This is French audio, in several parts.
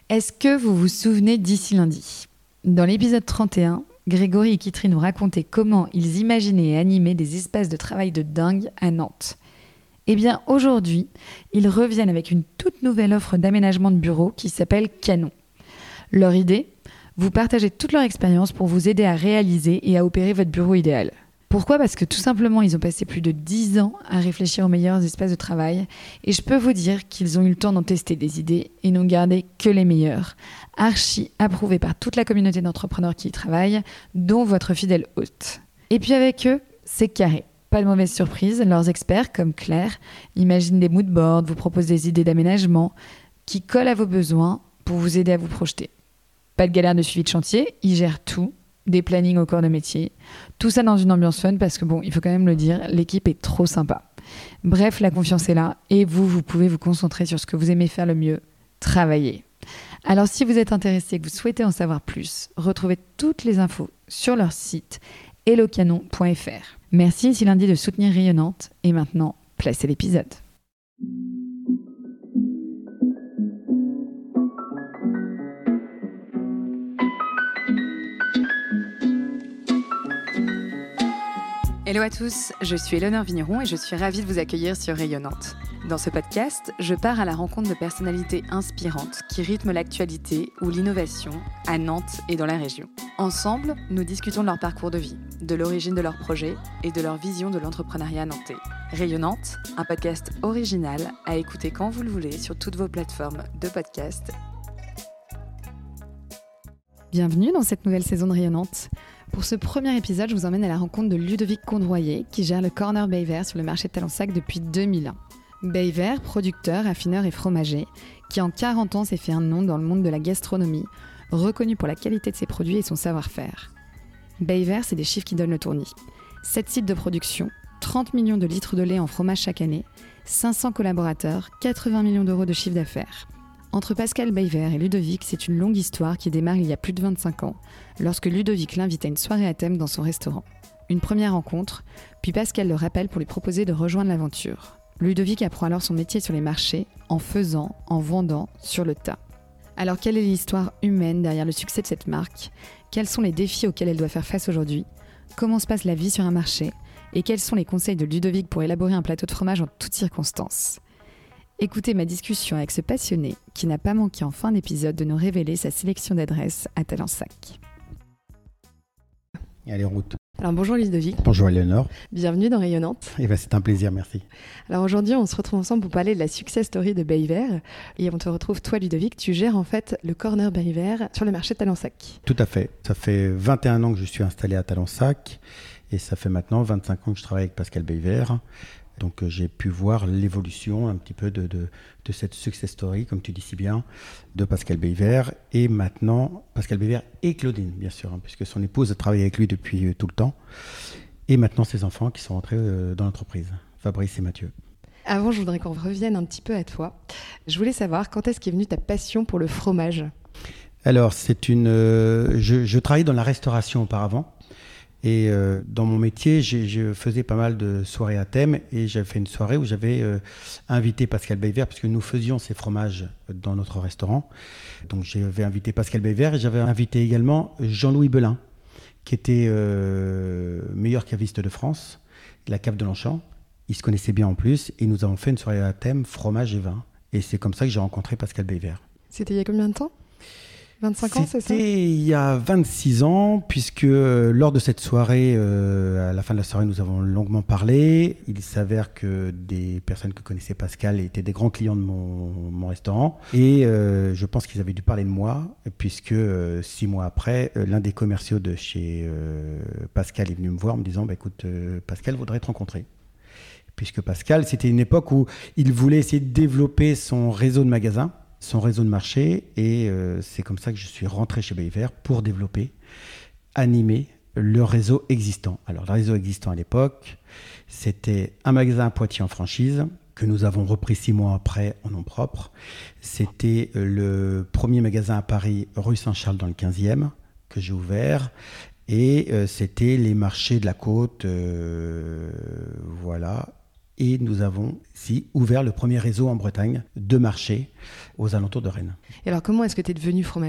Est-ce que vous vous souvenez d'Ici Lundi ? Dans l'épisode 31, Grégory et Kitry nous racontaient comment ils imaginaient et animaient des espaces de travail de dingue à Nantes. Eh bien, aujourd'hui, ils reviennent avec une toute nouvelle offre d'aménagement de bureaux qui s'appelle Canon. Leur idée ? Vous partagez toute leur expérience pour vous aider à réaliser et à opérer votre bureau idéal. Pourquoi ? Parce que tout simplement, ils ont passé plus de 10 ans à réfléchir aux meilleurs espaces de travail et je peux vous dire qu'ils ont eu le temps d'en tester des idées et n'ont gardé que les meilleurs, archi approuvés par toute la communauté d'entrepreneurs qui y travaillent, dont votre fidèle hôte. Et puis avec eux, c'est carré. Pas de mauvaise surprise, leurs experts, comme Claire, imaginent des moodboards, vous proposent des idées d'aménagement qui collent à vos besoins pour vous aider à vous projeter. Pas de galère de suivi de chantier, ils gèrent tout. Des plannings au corps de métier. Tout ça dans une ambiance fun parce que il faut quand même le dire, l'équipe est trop sympa. Bref, la confiance est là et vous pouvez vous concentrer sur ce que vous aimez faire le mieux, travailler. Alors si vous êtes intéressé et que vous souhaitez en savoir plus, retrouvez toutes les infos sur leur site hellocanon.fr. Merci Ici Lundi de soutenir Rayonnante et maintenant, place à l'épisode. Hello à tous, je suis Éléonore Vigneron et je suis ravie de vous accueillir sur Rayonnante. Dans ce podcast, je pars à la rencontre de personnalités inspirantes qui rythment l'actualité ou l'innovation à Nantes et dans la région. Ensemble, nous discutons de leur parcours de vie, de l'origine de leurs projets et de leur vision de l'entrepreneuriat nantais. Rayonnante, un podcast original à écouter quand vous le voulez sur toutes vos plateformes de podcast. Bienvenue dans cette nouvelle saison de Rayonnante. Pour ce premier épisode, je vous emmène à la rencontre de Ludovic Condroyer, qui gère le Corner Bayvert sur le marché de Talensac depuis 2001. Bayvert, producteur, affineur et fromager, qui en 40 ans s'est fait un nom dans le monde de la gastronomie, reconnu pour la qualité de ses produits et son savoir-faire. Bayvert, c'est des chiffres qui donnent le tournis. 7 sites de production, 30 millions de litres de lait en fromage chaque année, 500 collaborateurs, 80 millions d'euros de chiffre d'affaires. Entre Pascal Bayvert et Ludovic, c'est une longue histoire qui démarre il y a plus de 25 ans, lorsque Ludovic l'invite à une soirée à thème dans son restaurant. Une première rencontre, puis Pascal le rappelle pour lui proposer de rejoindre l'aventure. Ludovic apprend alors son métier sur les marchés, en faisant, en vendant, sur le tas. Alors quelle est l'histoire humaine derrière le succès de cette marque ? Quels sont les défis auxquels elle doit faire face aujourd'hui ? Comment se passe la vie sur un marché ? Et quels sont les conseils de Ludovic pour élaborer un plateau de fromage en toutes circonstances ? Écoutez ma discussion avec ce passionné qui n'a pas manqué en fin d'épisode de nous révéler sa sélection d'adresses à Talensac. Allez, en route. Alors bonjour Ludovic. Bonjour Éléonore. Bienvenue dans Rayonnante. C'est un plaisir, merci. Alors aujourd'hui, on se retrouve ensemble pour parler de la success story de Bayvert. Et on te retrouve, toi Ludovic, tu gères en fait le Corner Bayvert sur le marché de Talensac. Tout à fait. Ça fait 21 ans que je suis installé à Talensac et ça fait maintenant 25 ans que je travaille avec Pascal Bayvert. Donc j'ai pu voir l'évolution un petit peu de cette success story, comme tu dis si bien, de Pascal Bayvert. Et maintenant, Pascal Bayvert et Claudine, bien sûr, puisque son épouse a travaillé avec lui depuis tout le temps. Et maintenant, ses enfants qui sont rentrés dans l'entreprise, Fabrice et Mathieu. Avant, je voudrais qu'on revienne un petit peu à toi. Je voulais savoir, quand est-ce qu'est venue ta passion pour le fromage ? Alors, je travaillais dans la restauration auparavant. Et dans mon métier, je faisais pas mal de soirées à thème et j'avais fait une soirée où j'avais invité Pascal Bayvert parce que nous faisions ces fromages dans notre restaurant. Donc j'avais invité Pascal Bayvert et j'avais invité également Jean-Louis Belin, qui était meilleur caviste de France, la cave de Longchamp. Ils se connaissaient bien en plus et nous avons fait une soirée à thème fromage et vin. Et c'est comme ça que j'ai rencontré Pascal Bayvert. C'était il y a combien de temps ? 25 ans, c'est ça ? C'était il y a 26 ans, puisque lors de cette soirée, à la fin de la soirée, nous avons longuement parlé. Il s'avère que des personnes que connaissaient Pascal étaient des grands clients de mon restaurant. Et je pense qu'ils avaient dû parler de moi, puisque 6 mois après, l'un des commerciaux de chez Pascal est venu me voir en me disant écoute, Pascal voudrait te rencontrer. Puisque Pascal, c'était une époque où il voulait essayer de développer son réseau de magasins, son réseau de marché, et c'est comme ça que je suis rentré chez Bayvert pour développer, animer le réseau existant. Alors le réseau existant à l'époque, c'était un magasin à Poitiers en franchise, que nous avons repris 6 mois après en nom propre. C'était le premier magasin à Paris, rue Saint-Charles dans le 15e, que j'ai ouvert. Et c'était les marchés de la côte, voilà. Et nous avons ouvert le premier réseau en Bretagne de marchés aux alentours de Rennes. Et alors, comment est-ce que tu es devenu fromager ?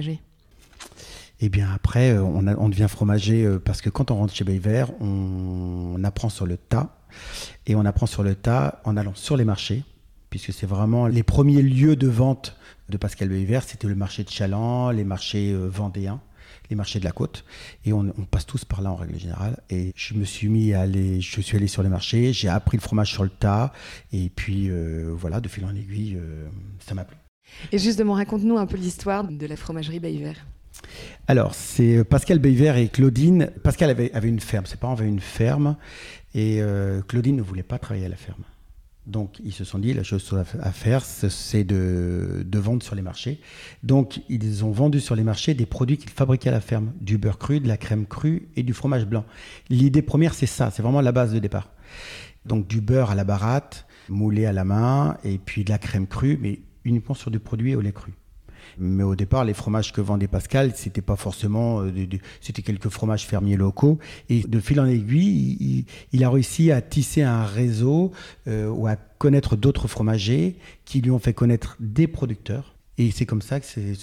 Et bien après, on devient fromager parce que quand on rentre chez Beillevaire, on apprend sur le tas. Et on apprend sur le tas en allant sur les marchés, puisque c'est vraiment les premiers lieux de vente de Pascal Beillevaire. C'était le marché de Chaland, les marchés vendéens, les marchés de la côte. Et on passe tous par là en règle générale. Et je suis allé sur les marchés, j'ai appris le fromage sur le tas. Et puis voilà, de fil en aiguille, ça m'a plu. Et justement, raconte-nous un peu l'histoire de la fromagerie Beillevaire. Alors, c'est Pascal Beillevaire et Claudine. Pascal avait une ferme, ses parents avaient une ferme et Claudine ne voulait pas travailler à la ferme. Donc, ils se sont dit, la chose à faire, c'est de vendre sur les marchés. Donc, ils ont vendu sur les marchés des produits qu'ils fabriquaient à la ferme. Du beurre cru, de la crème crue et du fromage blanc. L'idée première, c'est ça, c'est vraiment la base de départ. Donc, du beurre à la baratte, moulé à la main, et puis de la crème crue, mais uniquement sur du produit au lait cru. Mais au départ, les fromages que vendait Pascal, c'était pas forcément, c'était quelques fromages fermiers locaux. Et de fil en aiguille, il a réussi à tisser un réseau ou à connaître d'autres fromagers qui lui ont fait connaître des producteurs. Et c'est comme ça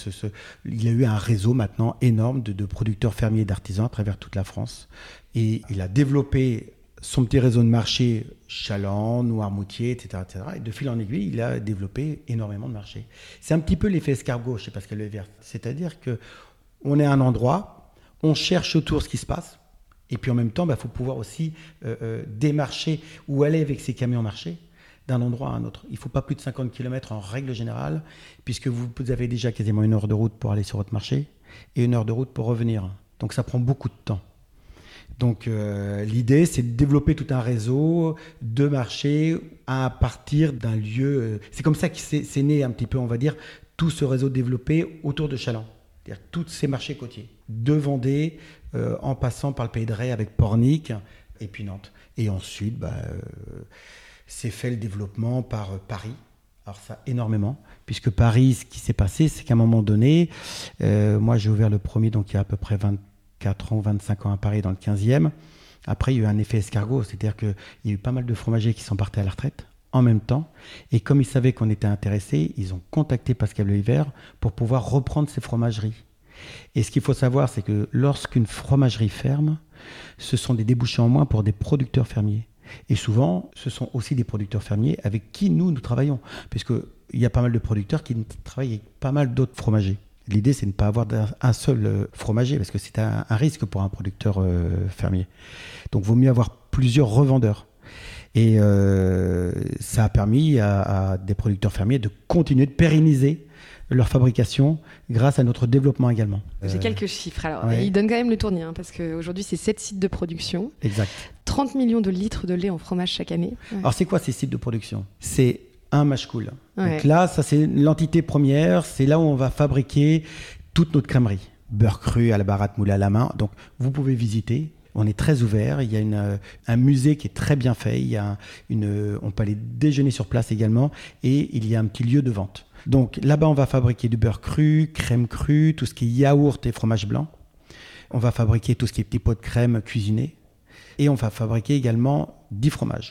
il a eu un réseau maintenant énorme de producteurs fermiers et d'artisans à travers toute la France. Et il a développé son petit réseau de marché, Chaland, Noirmoutier, etc., etc. Et de fil en aiguille, il a développé énormément de marchés. C'est un petit peu l'effet escargot chez Pascal Beillevaire. C'est-à-dire qu'on est à un endroit, on cherche autour ce qui se passe, et puis en même temps, faut pouvoir aussi démarcher ou aller avec ses camions marchés d'un endroit à un autre. Il ne faut pas plus de 50 km en règle générale, puisque vous avez déjà quasiment 1 heure de route pour aller sur votre marché, et 1 heure de route pour revenir. Donc ça prend beaucoup de temps. Donc l'idée, c'est de développer tout un réseau de marchés à partir d'un lieu. C'est comme ça que c'est né un petit peu, on va dire, tout ce réseau développé autour de Chaland. C'est-à-dire tous ces marchés côtiers, de Vendée, en passant par le Pays de Ré avec Pornic et puis Nantes. Et ensuite, c'est fait le développement par Paris. Alors ça, énormément, puisque Paris, ce qui s'est passé, c'est qu'à un moment donné, moi j'ai ouvert le premier, donc il y a à peu près 24 ans, 25 ans à Paris, dans le 15e. Après, il y a eu un effet escargot, c'est-à-dire qu'il y a eu pas mal de fromagers qui sont partis à la retraite en même temps. Et comme ils savaient qu'on était intéressés, ils ont contacté Pascal Beillevaire pour pouvoir reprendre ces fromageries. Et ce qu'il faut savoir, c'est que lorsqu'une fromagerie ferme, ce sont des débouchés en moins pour des producteurs fermiers. Et souvent, ce sont aussi des producteurs fermiers avec qui nous travaillons. Puisqu'il y a pas mal de producteurs qui travaillent avec pas mal d'autres fromagers. L'idée, c'est de ne pas avoir un seul fromager, parce que c'est un risque pour un producteur fermier. Donc, il vaut mieux avoir plusieurs revendeurs. Et ça a permis à des producteurs fermiers de continuer de pérenniser leur fabrication grâce à notre développement également. J'ai quelques chiffres. Alors, ouais. Il donne quand même le tournis, parce qu'aujourd'hui, c'est 7 sites de production. Exact. 30 millions de litres de lait en fromage chaque année. Ouais. Alors, c'est quoi ces sites de production ? C'est un mâche-cool. Ouais. Donc là, ça c'est l'entité première, c'est là où on va fabriquer toute notre crèmerie. Beurre cru à la baratte, moulé à la main. Donc vous pouvez visiter. On est très ouvert. Il y a un musée qui est très bien fait. Il y a on peut aller déjeuner sur place également. Et il y a un petit lieu de vente. Donc là-bas, on va fabriquer du beurre cru, crème crue, tout ce qui est yaourt et fromage blanc. On va fabriquer tout ce qui est petits pots de crème cuisinés. Et on va fabriquer également 10 fromages.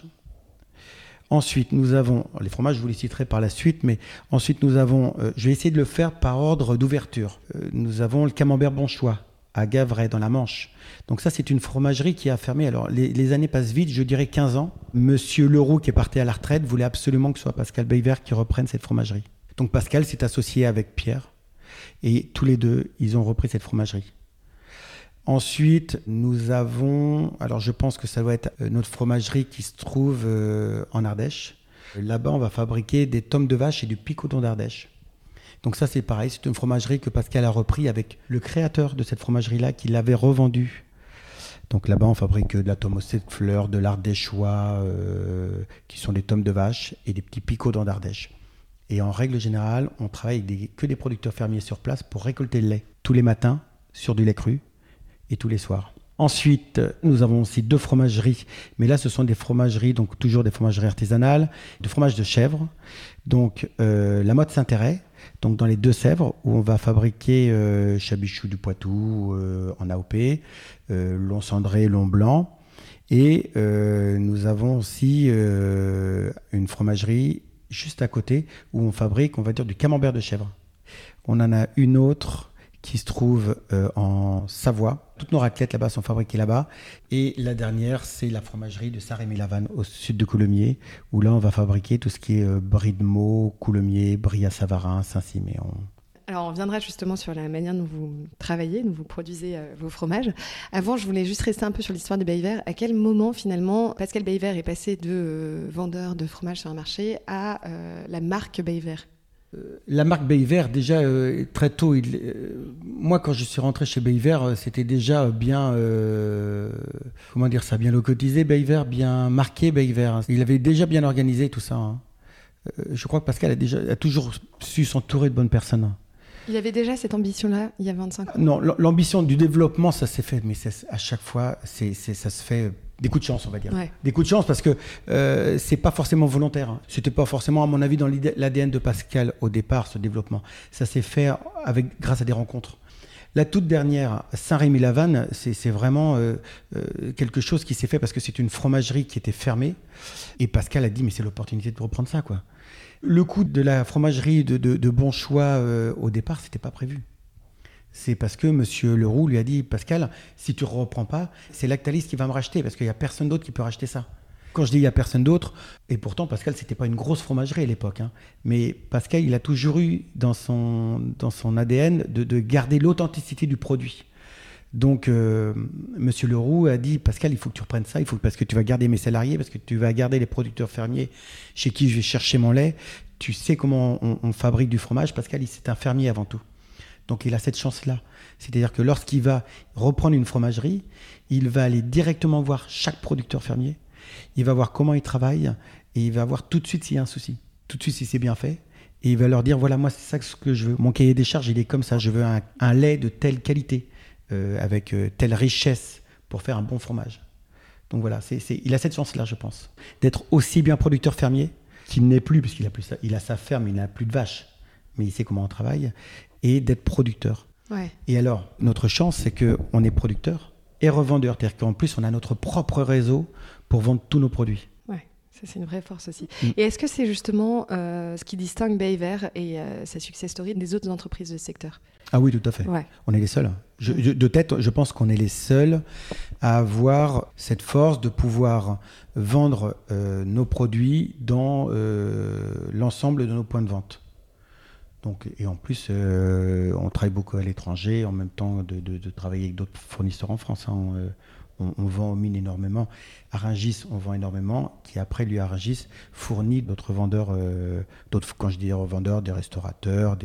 Ensuite, nous avons, les fromages, je vous les citerai par la suite, mais ensuite nous avons, je vais essayer de le faire par ordre d'ouverture. Nous avons le Camembert Bonchois à Gavray, dans la Manche. Donc ça, c'est une fromagerie qui a fermé. Alors, les années passent vite, je dirais 15 ans. Monsieur Leroux, qui est parti à la retraite, voulait absolument que ce soit Pascal Beillevaire qui reprenne cette fromagerie. Donc Pascal s'est associé avec Pierre, et tous les deux, ils ont repris cette fromagerie. Ensuite, nous avons, alors je pense que ça doit être notre fromagerie qui se trouve en Ardèche. Là-bas, on va fabriquer des tomes de vache et du picodon d'Ardèche. Donc ça, c'est pareil, c'est une fromagerie que Pascal a repris avec le créateur de cette fromagerie-là qui l'avait revendue. Donc là-bas, on fabrique de la tome aux 7 fleurs, de l'ardéchois, qui sont des tomes de vache et des petits picodons d'Ardèche. Et en règle générale, on travaille avec que des producteurs fermiers sur place pour récolter le lait tous les matins sur du lait cru. Et tous les soirs. Ensuite, nous avons aussi 2 fromageries, mais là ce sont des fromageries, donc toujours des fromageries artisanales, de fromage de chèvre, donc la Motte Saint-Héret, donc dans les Deux-Sèvres, où on va fabriquer Chabichou du Poitou en AOP, Long Cendré, Long Blanc, Et nous avons aussi une fromagerie juste à côté où on fabrique, on va dire, du camembert de chèvre. On en a une autre qui se trouve en Savoie. Toutes nos raclettes là-bas sont fabriquées là-bas. Et la dernière, c'est la fromagerie de Saint-Rémy-Lavanne, au sud de Coulommiers, où là, on va fabriquer tout ce qui est brie de Meaux, Coulommiers, Brie-à-Savarin, Saint-Siméon. Alors, on reviendra justement sur la manière dont vous travaillez, dont vous produisez vos fromages. Avant, je voulais juste rester un peu sur l'histoire de Bay-Vert. À quel moment, finalement, Pascal Bay-Vert est passé de vendeur de fromage sur un marché à la marque Bay-Vert ? La marque Bay-Vert, déjà, très tôt, moi, quand je suis rentré chez Bay-Vert, c'était déjà bien, comment dire ça, bien locotisé, Bay-Vert, bien marqué, Bay-Vert. Il avait déjà bien organisé tout ça. Hein. Je crois que Pascal a toujours su s'entourer de bonnes personnes. Il avait déjà cette ambition-là, il y a 25 ans. Non, l'ambition du développement, ça s'est fait, mais à chaque fois, ça se fait des coups de chance, on va dire. Ouais. Des coups de chance parce que c'est pas forcément volontaire. Hein. C'était pas forcément, à mon avis, dans l'ADN de Pascal au départ, ce développement. Ça s'est fait grâce à des rencontres. La toute dernière, Saint-Rémy-Lavanne, c'est vraiment quelque chose qui s'est fait parce que c'est une fromagerie qui était fermée. Et Pascal a dit, mais c'est l'opportunité de reprendre ça, quoi. Le coût de la fromagerie de Bon Choix, au départ, c'était pas prévu. C'est parce que M. Leroux lui a dit, Pascal, si tu ne reprends pas, c'est Lactalis qui va me racheter, parce qu'il n'y a personne d'autre qui peut racheter ça. Quand je dis il n'y a personne d'autre, et pourtant Pascal, ce n'était pas une grosse fromagerie à l'époque, hein, mais Pascal, il a toujours eu dans son ADN de garder l'authenticité du produit. Donc, M. Leroux a dit, Pascal, il faut que tu reprennes ça, parce que tu vas garder mes salariés, parce que tu vas garder les producteurs fermiers chez qui je vais chercher mon lait. Tu sais comment on fabrique du fromage. Pascal, c'est un fermier avant tout. Donc, il a cette chance-là. C'est-à-dire que lorsqu'il va reprendre une fromagerie, il va aller directement voir chaque producteur fermier. Il va voir comment il travaille et il va voir tout de suite s'il y a un souci. Tout de suite si c'est bien fait. Et il va leur dire, voilà, moi, c'est ça ce que je veux. Mon cahier des charges, il est comme ça. Je veux un lait de telle qualité. Avec telle richesse pour faire un bon fromage. Donc voilà, il a cette chance-là, je pense, d'être aussi bien producteur fermier, qu'il n'est plus, puisqu'il a sa ferme, il n'a plus de vaches, mais il sait comment on travaille, et d'être producteur. Ouais. Et alors, notre chance, c'est qu'on est producteur et revendeur, c'est-à-dire qu'en plus, on a notre propre réseau pour vendre tous nos produits. Ça, c'est une vraie force aussi. Et est-ce que c'est justement ce qui distingue Bay-Vert et sa success story des autres entreprises de ce secteur ? Ah oui, tout à fait. Ouais. On est les seuls. De tête, je pense qu'on est les seuls à avoir cette force de pouvoir vendre nos produits dans l'ensemble de nos points de vente. Donc, et en plus, on travaille beaucoup à l'étranger, en même temps de travailler avec d'autres fournisseurs en France. Hein. On vend aux mines énormément. À Rungis, on vend énormément, qui après, lui, à Rungis, fournit d'autres vendeurs, quand je dis vendeurs, des restaurateurs,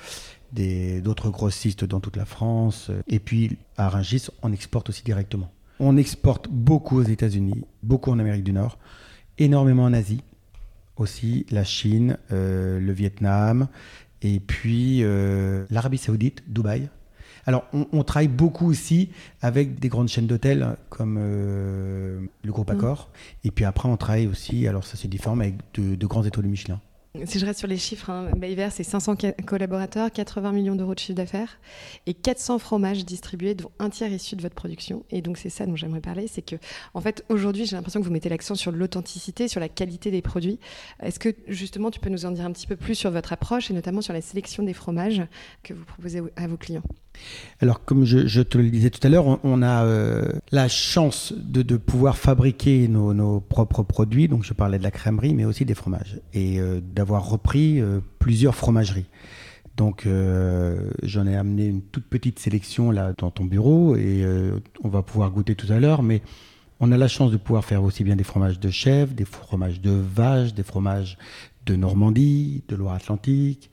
d'autres grossistes dans toute la France. Et puis, à Rungis, on exporte aussi directement. On exporte beaucoup aux États-Unis, beaucoup en Amérique du Nord, énormément en Asie, aussi la Chine, le Vietnam, et puis l'Arabie Saoudite, Dubaï. Alors, on travaille beaucoup aussi avec des grandes chaînes d'hôtels comme le groupe Accor. Et puis après, on travaille aussi, alors ça c'est différent, mais avec de grands étoiles de Michelin. Si je reste sur les chiffres, Bay-Vert, c'est 500 collaborateurs, 80 millions d'euros de chiffre d'affaires et 400 fromages distribués, dont un tiers issus de votre production. Et donc, c'est ça dont j'aimerais parler. C'est que, en fait, aujourd'hui, j'ai l'impression que vous mettez l'accent sur l'authenticité, sur la qualité des produits. Est-ce que, justement, tu peux nous en dire un petit peu plus sur votre approche et notamment sur la sélection des fromages que vous proposez à vos clients ? Alors, comme je te le disais tout à l'heure, on a la chance de pouvoir fabriquer nos propres produits. Donc, je parlais de la crèmerie, mais aussi des fromages. Et d'avoir repris plusieurs fromageries. Donc, j'en ai amené une toute petite sélection là dans ton bureau et on va pouvoir goûter tout à l'heure. Mais on a la chance de pouvoir faire aussi bien des fromages de chèvre, des fromages de vache, des fromages de Normandie, de Loire-Atlantique,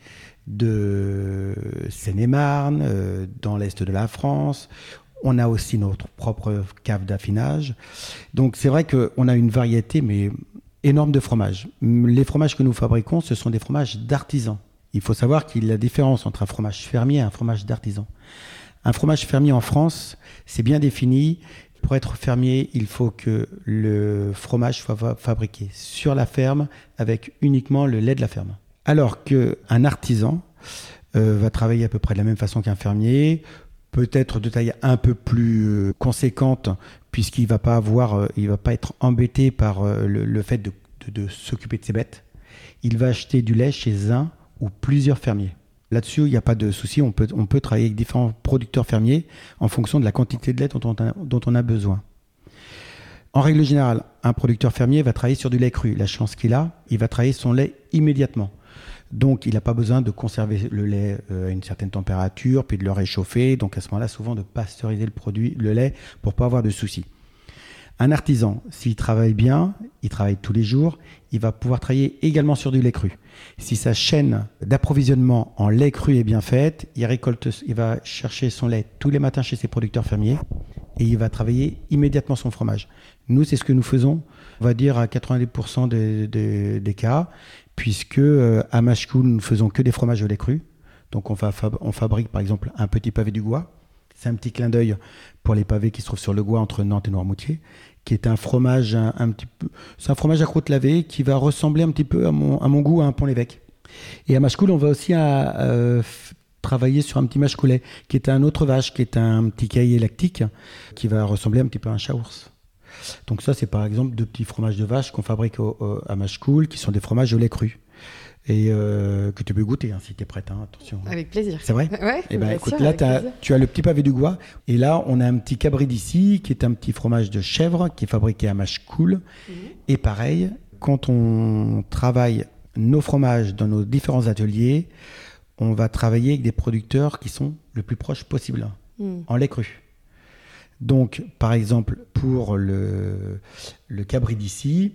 de Seine-et-Marne, dans l'est de la France. On a aussi notre propre cave d'affinage. Donc c'est vrai qu'on a une variété mais énorme de fromages. Les fromages que nous fabriquons, ce sont des fromages d'artisans. Il faut savoir qu'il y a la différence entre un fromage fermier et un fromage d'artisan. Un fromage fermier en France, c'est bien défini. Pour être fermier, il faut que le fromage soit fabriqué sur la ferme avec uniquement le lait de la ferme. Alors qu'un artisan va travailler à peu près de la même façon qu'un fermier, peut-être de taille un peu plus conséquente, puisqu'il va pas être embêté par le fait de s'occuper de ses bêtes. Il va acheter du lait chez un ou plusieurs fermiers. Là-dessus, il n'y a pas de souci. On peut travailler avec différents producteurs fermiers en fonction de la quantité de lait dont on a besoin. En règle générale, un producteur fermier va travailler sur du lait cru. La chance qu'il a, il va travailler son lait immédiatement. Donc, il n'a pas besoin de conserver le lait à une certaine température, puis de le réchauffer. Donc, à ce moment-là, souvent de pasteuriser le lait pour ne pas avoir de soucis. Un artisan, s'il travaille bien, il travaille tous les jours, il va pouvoir travailler également sur du lait cru. Si sa chaîne d'approvisionnement en lait cru est bien faite, il va chercher son lait tous les matins chez ses producteurs fermiers et il va travailler immédiatement son fromage. Nous, c'est ce que nous faisons, on va dire à 90% des cas, puisque à Machecoul, nous ne faisons que des fromages au lait cru. Donc on fabrique par exemple un petit pavé du Gois. C'est un petit clin d'œil pour les pavés qui se trouvent sur le Gois entre Nantes et Noirmoutier, qui est un fromage c'est un fromage à croûte lavée qui va ressembler un petit peu à mon goût à un Pont-l'Évêque. Et à Machecoul, on va aussi travailler sur un petit mâche-coulet, qui est un autre vache, qui est un petit caillé lactique, qui va ressembler un petit peu à un chat-ours. Donc ça, c'est par exemple 2 petits fromages de vache qu'on fabrique à Machecoul, qui sont des fromages au lait cru. Et que tu peux goûter si tu es prête, attention. Avec plaisir. C'est vrai ? Ouais, et bien écoute, sûr, là, tu as le petit pavé du Gois. Et là, on a un petit cabri d'ici, qui est un petit fromage de chèvre, qui est fabriqué à Machecoul. Et pareil, quand on travaille nos fromages dans nos différents ateliers, on va travailler avec des producteurs qui sont le plus proches possible, en lait cru. Donc, par exemple, pour le cabri d'ici,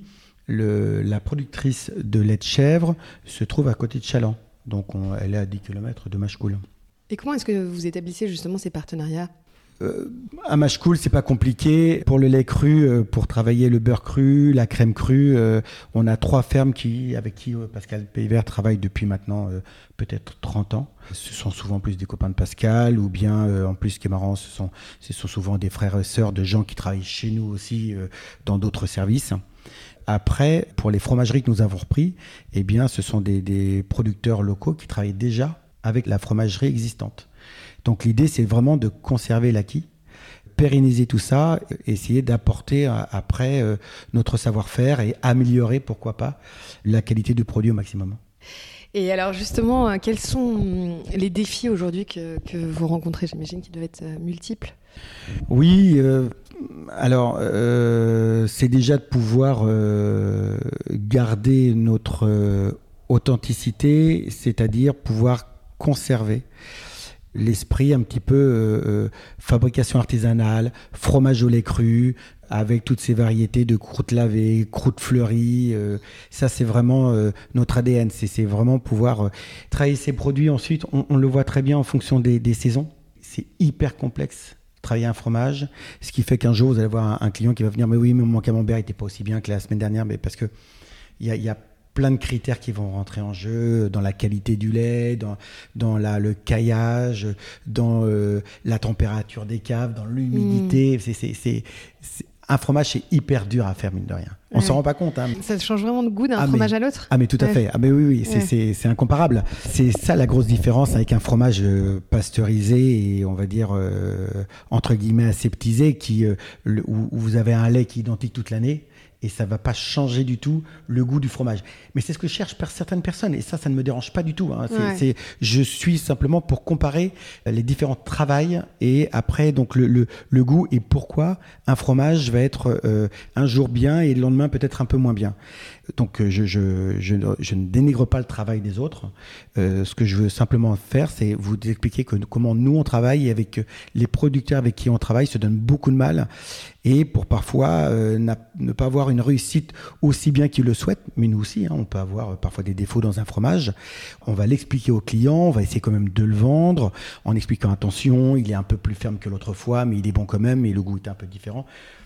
la productrice de lait de chèvre se trouve à côté de Chaland. Donc, elle est à 10 km de Machecoul. Et comment est-ce que vous établissez justement ces partenariats ? À Machecoul, c'est pas compliqué. Pour le lait cru, pour travailler le beurre cru, la crème crue, on a 3 fermes avec qui Pascal Peyvert travaille depuis maintenant peut-être 30 ans. Ce sont souvent plus des copains de Pascal, ou bien, en plus, ce qui est marrant, ce sont souvent des frères et sœurs de gens qui travaillent chez nous aussi dans d'autres services. Après, pour les fromageries que nous avons repris, eh bien, ce sont des producteurs locaux qui travaillent déjà avec la fromagerie existante. Donc l'idée, c'est vraiment de conserver l'acquis, pérenniser tout ça, essayer d'apporter après notre savoir-faire et améliorer, pourquoi pas, la qualité du produit au maximum. Et alors justement, quels sont les défis aujourd'hui que vous rencontrez ? J'imagine qu'ils doivent être multiples. Oui, c'est déjà de pouvoir garder notre authenticité, c'est-à-dire pouvoir conserver l'esprit un petit peu fabrication artisanale, fromage au lait cru, avec toutes ces variétés de croûtes lavées, croûtes fleuries. Ça, c'est vraiment notre ADN. C'est vraiment pouvoir travailler ces produits. Ensuite, on le voit très bien en fonction des saisons. C'est hyper complexe, travailler un fromage. Ce qui fait qu'un jour, vous allez voir un client qui va venir « Mais oui, mais mon camembert n'était pas aussi bien que la semaine dernière. » Mais parce qu'il y a plein de critères qui vont rentrer en jeu dans la qualité du lait, dans le caillage, dans la température des caves, dans l'humidité. Un fromage, c'est hyper dur à faire, mine de rien. On s'en rend pas compte. Ça change vraiment de goût d'un fromage à l'autre. Ah mais tout à fait. Ah mais oui, c'est incomparable. C'est ça la grosse différence avec un fromage pasteurisé et on va dire entre guillemets aseptisé, où vous avez un lait qui est identique toute l'année. Et ça ne va pas changer du tout le goût du fromage. Mais c'est ce que cherchent certaines personnes. Et ça ne me dérange pas du tout. Je suis simplement pour comparer les différents travails et après donc le goût et pourquoi un fromage va être un jour bien et le lendemain peut-être un peu moins bien. Donc je ne dénigre pas le travail des autres. Ce que je veux simplement faire, c'est vous expliquer comment nous on travaille et avec les producteurs avec qui on travaille se donnent beaucoup de mal. Et pour parfois ne pas avoir une réussite aussi bien qu'ils le souhaitent, mais nous aussi, on peut avoir parfois des défauts dans un fromage. On va l'expliquer au client, on va essayer quand même de le vendre en expliquant attention, il est un peu plus ferme que l'autre fois, mais il est bon quand même et le goût est un peu différent.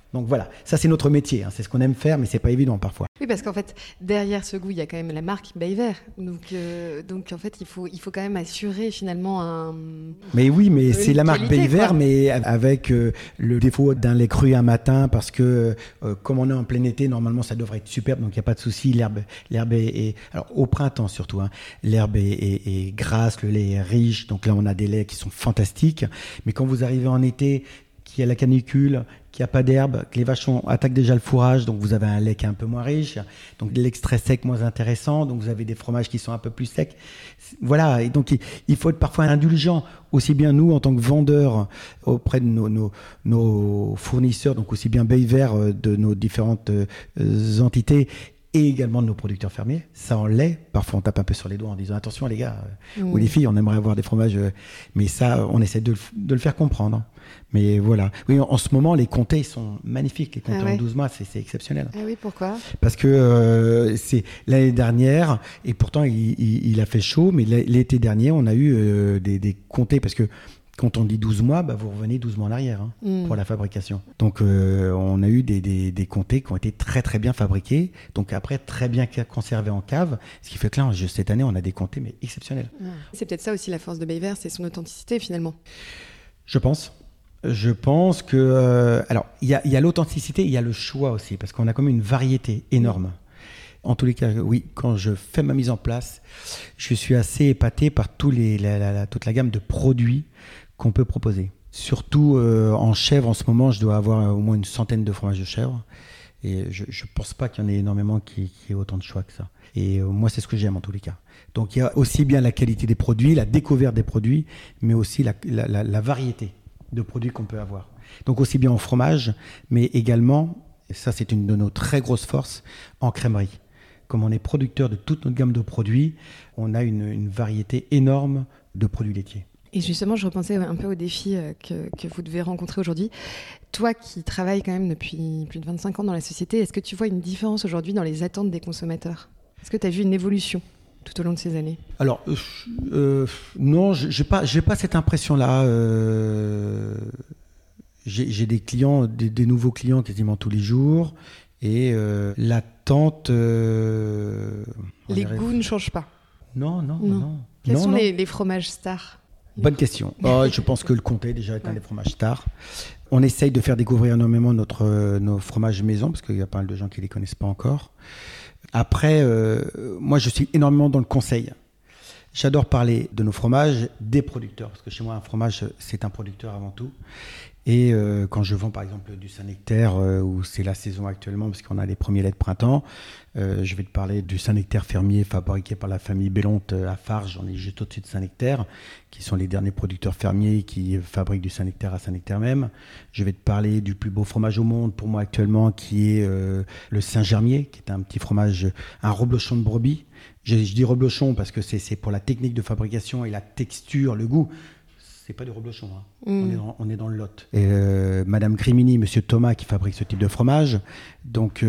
Donc voilà, ça c'est notre métier, c'est ce qu'on aime faire, mais c'est pas évident parfois. Oui, parce qu'en fait, derrière ce goût, il y a quand même la marque Bayver. Donc en fait, il faut quand même assurer finalement un... Mais oui, mais c'est la marque qualité, Bayver, quoi. mais avec le défaut d'un lait cru un matin, parce que comme on est en plein été, normalement ça devrait être superbe, donc il n'y a pas de souci. L'herbe est... Alors au printemps surtout, l'herbe est grasse, le lait est riche, donc là on a des laits qui sont fantastiques. Mais quand vous arrivez en été, qu'il y a la canicule, qu'il n'y a pas d'herbe, que les vaches attaquent déjà le fourrage, donc vous avez un lait qui est un peu moins riche, donc de l'extrait sec moins intéressant, donc vous avez des fromages qui sont un peu plus secs. Voilà, et donc il faut être parfois indulgent, aussi bien nous en tant que vendeurs auprès de nos fournisseurs, donc aussi bien Bayver de nos différentes entités, et également de nos producteurs fermiers. Ça en lait, parfois on tape un peu sur les doigts en disant attention les gars, ou les filles, on aimerait avoir des fromages, mais ça on essaie de le faire comprendre. Mais voilà, oui, en ce moment les comtés ils sont magnifiques, les comtés en 12 mois, c'est exceptionnel. Ah oui, pourquoi ? Parce que c'est l'année dernière, et pourtant il a fait chaud, mais l'été dernier on a eu des comtés, parce que quand on dit 12 mois, vous revenez 12 mois en arrière pour la fabrication. Donc, on a eu des comtés qui ont été très, très bien fabriqués. Donc, après, très bien conservés en cave. Ce qui fait que là, cette année, on a des comtés, mais exceptionnels. C'est peut-être ça aussi la force de Bayver, c'est son authenticité finalement. Je pense que... alors, il y a l'authenticité, il y a le choix aussi, parce qu'on a quand même une variété énorme. En tous les cas, oui, quand je fais ma mise en place, je suis assez épaté par toute la gamme de produits qu'on peut proposer. Surtout en chèvre, en ce moment, je dois avoir au moins une centaine de fromages de chèvre. Et je ne pense pas qu'il y en ait énormément qui aient autant de choix que ça. Et moi, c'est ce que j'aime en tous les cas. Donc, il y a aussi bien la qualité des produits, la découverte des produits, mais aussi la variété de produits qu'on peut avoir. Donc, aussi bien en fromage, mais également, et ça, c'est une de nos très grosses forces, en crèmerie. Comme on est producteur de toute notre gamme de produits, on a une variété énorme de produits laitiers. Et justement, je repensais un peu aux défis que vous devez rencontrer aujourd'hui. Toi qui travailles quand même depuis plus de 25 ans dans la société, est-ce que tu vois une différence aujourd'hui dans les attentes des consommateurs ? Est-ce que tu as vu une évolution tout au long de ces années ? Alors, non, j'ai pas cette impression-là. J'ai des clients, des nouveaux clients quasiment tous les jours. Et l'attente... les goûts ne changent pas ? Non. Quels sont les fromages stars ? Bonne question. Je pense que le comté déjà est un des fromages stars. On essaye de faire découvrir énormément nos fromages maison, parce qu'il y a pas mal de gens qui ne les connaissent pas encore. Après, moi je suis énormément dans le conseil. J'adore parler de nos fromages, des producteurs, parce que chez moi un fromage c'est un producteur avant tout. Et quand je vends par exemple du Saint-Nectaire, où c'est la saison actuellement, parce qu'on a les premiers laits de printemps, je vais te parler du Saint-Nectaire fermier fabriqué par la famille Bellonte à Farges, on est juste au-dessus de Saint-Nectaire, qui sont les derniers producteurs fermiers qui fabriquent du Saint-Nectaire à Saint-Nectaire même. Je vais te parler du plus beau fromage au monde pour moi actuellement, qui est le Saint-Germier, qui est un petit fromage, un reblochon de brebis. Je dis reblochon parce que c'est pour la technique de fabrication et la texture, le goût. C'est pas du reblochon, on est dans le Lot. Et Madame Grimini, Monsieur Thomas qui fabrique ce type de fromage. Donc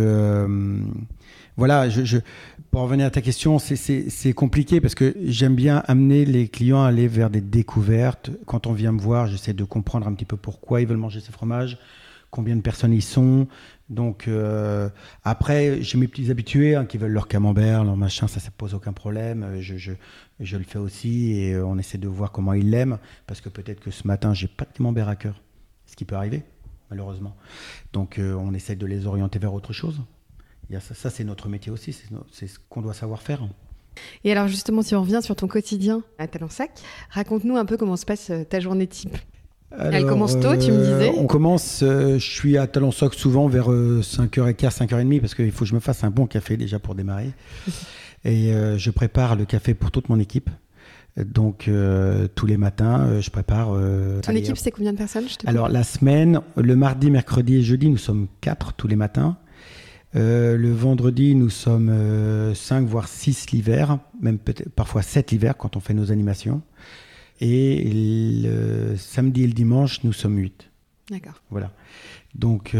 voilà, pour revenir à ta question, c'est compliqué parce que j'aime bien amener les clients à aller vers des découvertes. Quand on vient me voir, j'essaie de comprendre un petit peu pourquoi ils veulent manger ces fromages, combien de personnes ils sont. Donc après, j'ai mes petits habitués qui veulent leur camembert, leur machin, ça pose aucun problème. Je le fais aussi et on essaie de voir comment ils l'aiment, parce que peut-être que ce matin, j'ai pas de camembert à cœur, ce qui peut arriver, malheureusement. Donc on essaie de les orienter vers autre chose. Il y a ça c'est notre métier aussi, c'est ce qu'on doit savoir faire. Et alors justement, si on revient sur ton quotidien à Talensac, raconte-nous un peu comment se passe ta journée type. Alors, elle commence tôt, tu me disais. On commence, je suis à Talensac souvent vers 5h15, 5h30, parce qu'il faut que je me fasse un bon café déjà pour démarrer. Et je prépare le café pour toute mon équipe. Donc tous les matins, je prépare... Ton équipe, c'est combien de personnes ? Alors la semaine, le mardi, mercredi et jeudi, nous sommes 4 tous les matins. Le vendredi, nous sommes 5 voire 6 l'hiver, même peut-être parfois 7 l'hiver quand on fait nos animations. Et le samedi et le dimanche, nous sommes 8. D'accord. Voilà. Donc,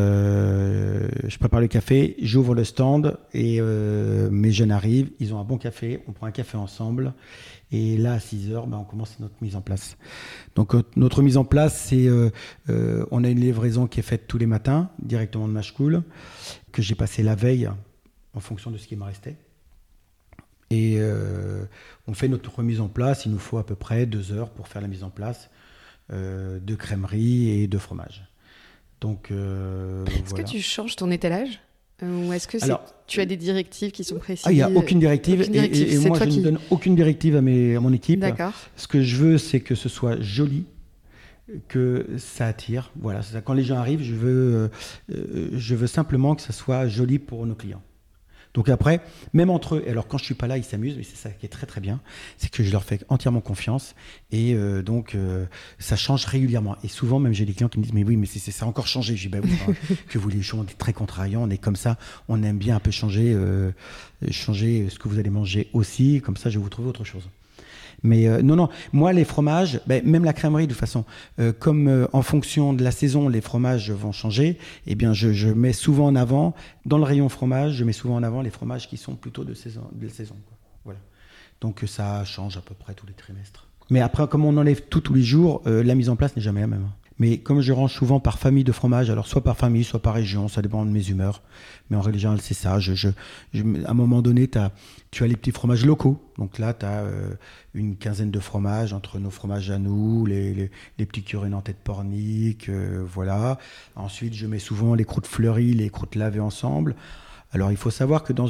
je prépare le café, j'ouvre le stand et mes jeunes arrivent, ils ont un bon café, on prend un café ensemble. Et là, à 6h, on commence notre mise en place. Donc, notre mise en place, c'est on a une livraison qui est faite tous les matins, directement de Machecoul, que j'ai passé la veille en fonction de ce qui me restait. Et on fait notre mise en place. Il nous faut à peu près 2 heures pour faire la mise en place de crèmerie et de fromage. Donc, est-ce que tu changes ton étalage ou est-ce que tu as des directives qui sont précises? Il n'y a aucune directive. Et moi, je ne donne aucune directive à mon équipe. D'accord. Ce que je veux, c'est que ce soit joli, que ça attire. Voilà, c'est ça. Quand les gens arrivent, je veux simplement que ça soit joli pour nos clients. Donc après, même entre eux, alors quand je suis pas là, ils s'amusent, mais c'est ça qui est très très bien, c'est que je leur fais entièrement confiance et donc ça change régulièrement. Et souvent, même j'ai des clients qui me disent mais oui, mais ça a encore changé. Je dis bah oui, que vous voulez, on est très contrariant, on est comme ça, on aime bien un peu changer ce que vous allez manger aussi, comme ça je vais vous trouver autre chose. Mais non, moi les fromages, même la crèmerie de toute façon, comme en fonction de la saison, les fromages vont changer, eh bien je mets souvent en avant, dans le rayon fromage, je mets souvent en avant les fromages qui sont plutôt de saison. Quoi. Voilà. Donc ça change à peu près tous les trimestres. Mais après, comme on enlève tous les jours, la mise en place n'est jamais la même. Mais comme je range souvent par famille de fromage, alors soit par famille, soit par région, ça dépend de mes humeurs. Mais en règle générale, c'est ça. À un moment donné, tu as les petits fromages locaux. Donc là, tu as une quinzaine de fromages entre nos fromages à nous, les petits curés nantais de Pornic, voilà. Ensuite, je mets souvent les croûtes fleuries, les croûtes lavées ensemble. Alors, il faut savoir que dans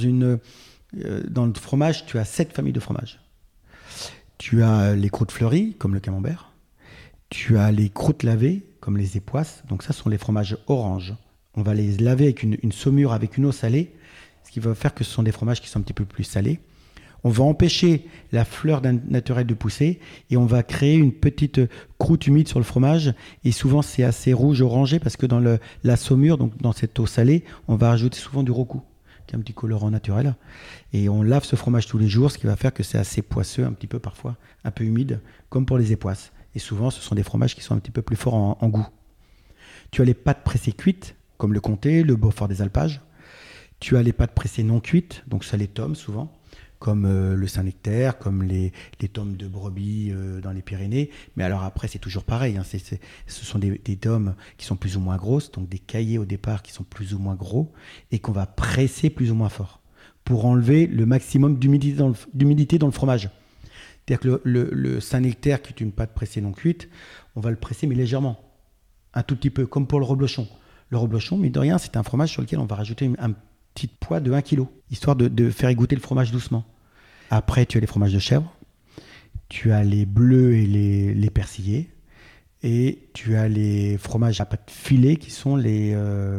le fromage, tu as 7 familles de fromages. Tu as les croûtes fleuries, comme le camembert. Tu as les croûtes lavées, comme les époisses. Donc ça, ce sont les fromages orange. On va les laver avec une saumure, avec une eau salée, ce qui va faire que ce sont des fromages qui sont un petit peu plus salés. On va empêcher la fleur naturelle de pousser et on va créer une petite croûte humide sur le fromage. Et souvent, c'est assez rouge orangé parce que dans la saumure, donc dans cette eau salée, on va rajouter souvent du rocou, qui est un petit colorant naturel. Et on lave ce fromage tous les jours, ce qui va faire que c'est assez poisseux, un petit peu parfois, un peu humide, comme pour les époisses. Et souvent, ce sont des fromages qui sont un petit peu plus forts en goût. Tu as les pâtes pressées cuites, comme le comté, le Beaufort des Alpages. Tu as les pâtes pressées non cuites, donc ça les tomes souvent, comme le Saint-Nectaire, comme les tomes de brebis dans les Pyrénées. Mais alors après, c'est toujours pareil. Ce sont des tomes qui sont plus ou moins grosses, donc des caillés au départ qui sont plus ou moins gros, et qu'on va presser plus ou moins fort, pour enlever le maximum d'humidité dans le fromage. C'est-à-dire que le Saint-Nectaire, qui est une pâte pressée non cuite, on va le presser mais légèrement, un tout petit peu, comme pour le reblochon. Le reblochon, mine de rien, c'est un fromage sur lequel on va rajouter un petit poids de 1 kg, histoire de faire égoutter le fromage doucement. Après, tu as les fromages de chèvre, tu as les bleus et les persillés, et tu as les fromages à pâte filée qui sont les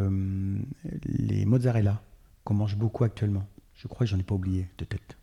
mozzarella, qu'on mange beaucoup actuellement. Je crois que j'en ai pas oublié de tête.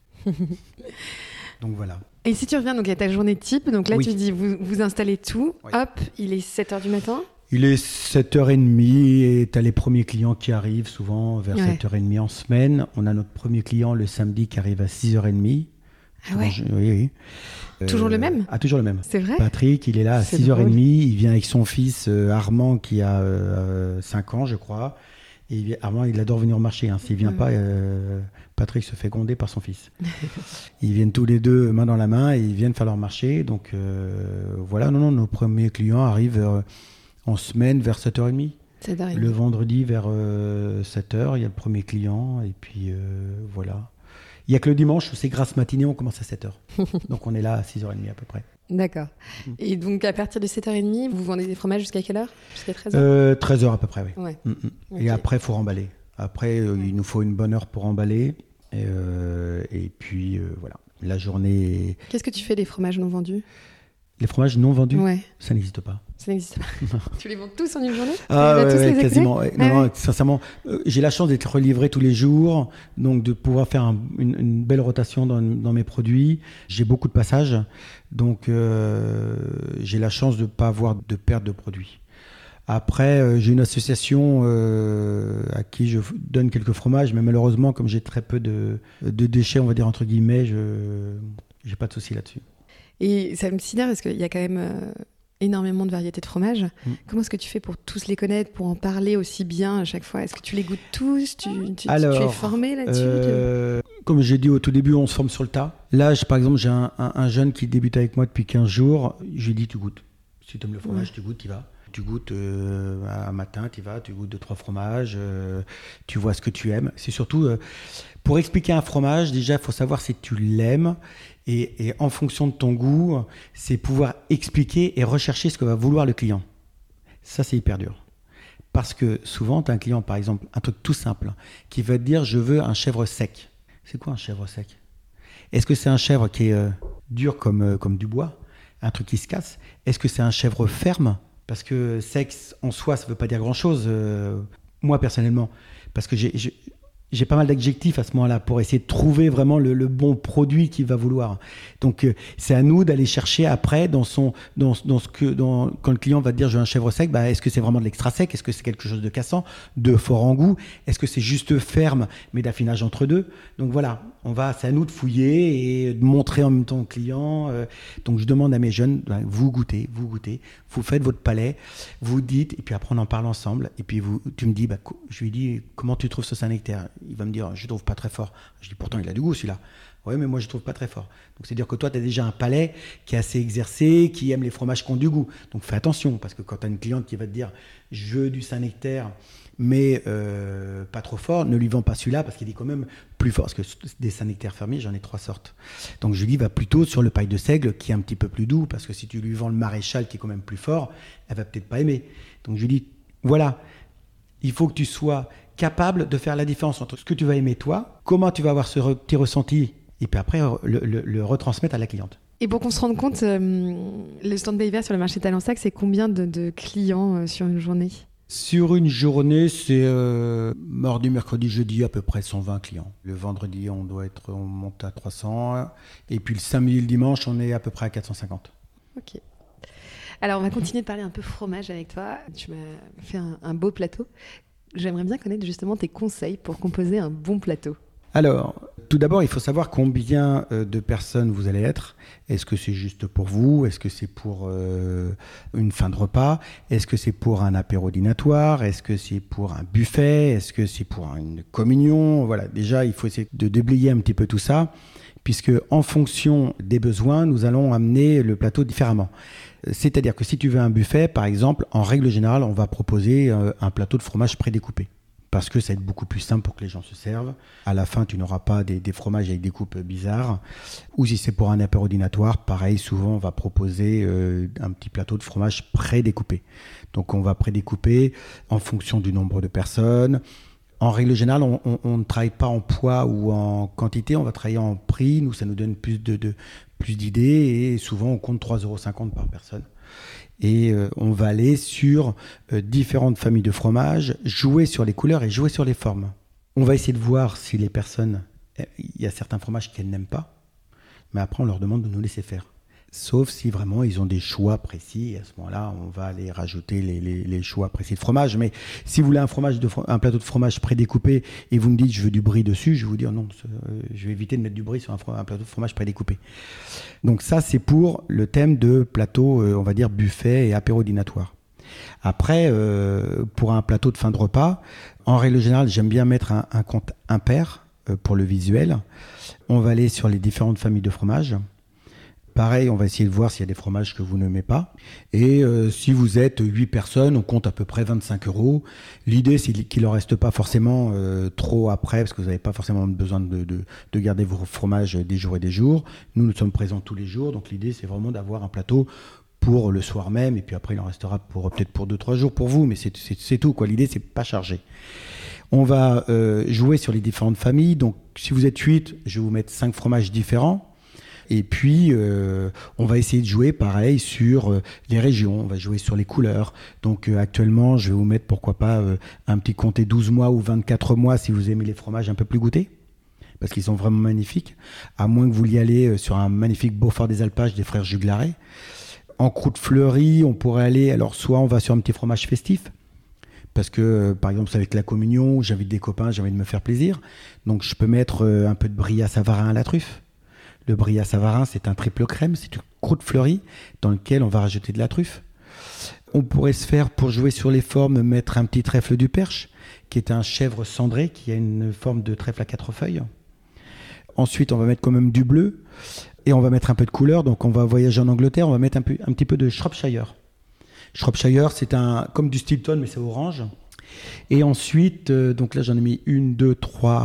Donc voilà. Et si tu reviens donc à ta journée type, donc là oui. tu dis vous installez tout, oui. Hop, il est 7h du matin. Il est 7h30 et tu as les premiers clients qui arrivent souvent vers 7h30 en semaine. On a notre premier client le samedi qui arrive à 6h30. Ah ouais. Oui. Toujours le même ? Toujours le même. C'est vrai ? Patrick, il est là à 6h30. Drôle. Il vient avec son fils Armand qui a 5 ans, je crois. Et Armand, il adore venir au marché. S'il ne vient pas, Patrick se fait gronder par son fils. Ils viennent tous les deux main dans la main et ils viennent faire leur marché. Donc voilà, nos premiers clients arrivent en semaine vers 7h30. 7h30. Le vendredi vers 7h, il y a le premier client. Et puis voilà. Il n'y a que le dimanche où c'est grasse matinée, on commence à 7h. Donc on est là à 6h30 à peu près. D'accord. Et donc à partir de 7h30, vous vendez des fromages jusqu'à quelle heure ? Jusqu'à 13h 13h à peu près, oui. Ouais. Okay. Et après, il faut remballer. Après, il nous faut une bonne heure pour emballer. Et puis voilà, la journée... Qu'est-ce que tu fais des fromages non vendus ? Les fromages non vendus, ça n'existe pas. Ça n'existe pas. Tu les vends tous en une journée ? Quasiment. Non, sincèrement, j'ai la chance d'être livré tous les jours, donc de pouvoir faire une belle rotation dans mes produits. J'ai beaucoup de passages, donc j'ai la chance de ne pas avoir de perte de produits. Après, j'ai une association à qui je donne quelques fromages, mais malheureusement, comme j'ai très peu de déchets, on va dire entre guillemets, je n'ai pas de souci là-dessus. Et ça me sidère parce qu'il y a quand même énormément de variétés de fromages. Comment est-ce que tu fais pour tous les connaître, pour en parler aussi bien à chaque fois? Est-ce que tu les goûtes tous? Tu es formé là-dessus? Comme j'ai dit au tout début, on se forme sur le tas. Là, par exemple, j'ai un jeune qui débute avec moi depuis 15 jours. Je lui ai dit, tu goûtes. Si tu aimes le fromage, tu goûtes, tu y vas. Tu goûtes un matin, tu y vas, tu goûtes 2-3 fromages, tu vois ce que tu aimes. C'est surtout, pour expliquer un fromage, déjà, il faut savoir si tu l'aimes. Et en fonction de ton goût, c'est pouvoir expliquer et rechercher ce que va vouloir le client. Ça, c'est hyper dur. Parce que souvent, tu as un client, par exemple, un truc tout simple, qui va te dire, je veux un chèvre sec. C'est quoi un chèvre sec? Est-ce que c'est un chèvre qui est dur comme du bois? Un truc qui se casse? Est-ce que c'est un chèvre ferme? Parce que sexe, en soi, ça ne veut pas dire grand-chose, moi, personnellement. Parce que j'ai pas mal d'adjectifs à ce moment-là pour essayer de trouver vraiment le bon produit qu'il va vouloir. Donc, c'est à nous d'aller chercher après, quand le client va te dire « je veux un chèvre sec », est-ce que c'est vraiment de l'extra sec? Est-ce que c'est quelque chose de cassant, de fort en goût? Est-ce que c'est juste ferme, mais d'affinage entre deux? Donc voilà, c'est à nous de fouiller et de montrer en même temps au client. Donc je demande à mes jeunes, vous goûtez, vous faites votre palais, vous dites, et puis après on en parle ensemble. Et puis tu me dis, je lui dis, comment tu trouves ce Saint-Nectaire? Il va me dire, je ne trouve pas très fort. Je dis, pourtant il a du goût celui-là. Oui, mais moi je ne trouve pas très fort. Donc c'est-à-dire que toi tu as déjà un palais qui est assez exercé, qui aime les fromages qui ont du goût. Donc fais attention, parce que quand tu as une cliente qui va te dire, je veux du Saint-Nectaire, mais pas trop fort, ne lui vends pas celui-là parce qu'il est quand même plus fort. Parce que des Saint-Nectaire fermiers, j'en ai 3 sortes. Donc je lui dis, va plutôt sur le paille de seigle qui est un petit peu plus doux, parce que si tu lui vends le maréchal qui est quand même plus fort, elle va peut-être pas aimer. Donc je lui dis, voilà, il faut que tu sois capable de faire la différence entre ce que tu vas aimer toi, comment tu vas avoir ce petit ressenti, et puis après le retransmettre à la cliente. Et pour qu'on se rende compte, le stand Bay-Vert sur le marché Talensac, c'est combien de clients sur une journée? Sur une journée, c'est mardi, mercredi, jeudi, à peu près 120 clients. Le vendredi, on monte à 300. Et puis le samedi et le dimanche, on est à peu près à 450. Ok. Alors, on va continuer de parler un peu fromage avec toi. Tu m'as fait un beau plateau. J'aimerais bien connaître justement tes conseils pour composer un bon plateau. Alors, tout d'abord, il faut savoir combien de personnes vous allez être. Est-ce que c'est juste pour vous? Est-ce que c'est pour une fin de repas? Est-ce que c'est pour un apéro dînatoire? Est-ce que c'est pour un buffet? Est-ce que c'est pour une communion? Voilà, déjà, il faut essayer de déblayer un petit peu tout ça, puisque en fonction des besoins, nous allons amener le plateau différemment. C'est-à-dire que si tu veux un buffet, par exemple, en règle générale, on va proposer un plateau de fromage prédécoupé. Parce que ça va être beaucoup plus simple pour que les gens se servent. À la fin, tu n'auras pas des fromages avec des coupes bizarres. Ou si c'est pour un apéro dînatoire, pareil, souvent on va proposer un petit plateau de fromage prédécoupé. Donc on va prédécouper en fonction du nombre de personnes. En règle générale, on ne travaille pas en poids ou en quantité, on va travailler en prix. Nous, ça nous donne plus d'idées et souvent on compte 3,50 € par personne. Et on va aller sur différentes familles de fromages, jouer sur les couleurs et jouer sur les formes. On va essayer de voir si les personnes... Il y a certains fromages qu'elles n'aiment pas, mais après on leur demande de nous laisser faire. Sauf si vraiment ils ont des choix précis, et à ce moment-là, on va aller rajouter les choix précis de fromage. Mais si vous voulez un plateau de fromage prédécoupé et vous me dites je veux du brie dessus, je vais vous dire non, je vais éviter de mettre du brie sur un plateau de fromage prédécoupé. Donc ça, c'est pour le thème de plateau, on va dire buffet et apéro dînatoire. Après, pour un plateau de fin de repas, en règle générale, j'aime bien mettre un compte impair pour le visuel. On va aller sur les différentes familles de fromages. Pareil, on va essayer de voir s'il y a des fromages que vous n'aimez pas. Et si vous êtes 8 personnes, on compte à peu près 25 €. L'idée, c'est qu'il ne en reste pas forcément trop après, parce que vous n'avez pas forcément besoin de garder vos fromages des jours et des jours. Nous sommes présents tous les jours, donc l'idée, c'est vraiment d'avoir un plateau pour le soir même, et puis après, il en restera peut-être pour 2-3 jours pour vous, mais c'est tout, quoi. L'idée, c'est pas chargé. On va jouer sur les différentes familles. Donc, si vous êtes 8, je vais vous mettre 5 fromages différents. Et puis, on va essayer de jouer pareil sur les régions, on va jouer sur les couleurs. Donc actuellement, je vais vous mettre, pourquoi pas, un petit comté 12 mois ou 24 mois si vous aimez les fromages un peu plus goûtés, parce qu'ils sont vraiment magnifiques. À moins que vous y allez sur un magnifique Beaufort des Alpages des frères Juglaret. En croûte fleurie, on pourrait aller, alors soit on va sur un petit fromage festif, parce que, par exemple, c'est avec la communion, j'invite des copains, j'ai envie de me faire plaisir. Donc je peux mettre un peu de brie à Savarin à la truffe. Le brie à Savarin, c'est un triple crème, c'est une croûte fleurie dans lequel on va rajouter de la truffe. On pourrait se faire, pour jouer sur les formes, mettre un petit trèfle du Perche, qui est un chèvre cendré, qui a une forme de trèfle à 4 feuilles. Ensuite, on va mettre quand même du bleu, et on va mettre un peu de couleur. Donc on va voyager en Angleterre, on va mettre un petit peu de Shropshire. Shropshire, c'est comme du Stilton, mais c'est orange. Et ensuite, donc là j'en ai mis 1, 2,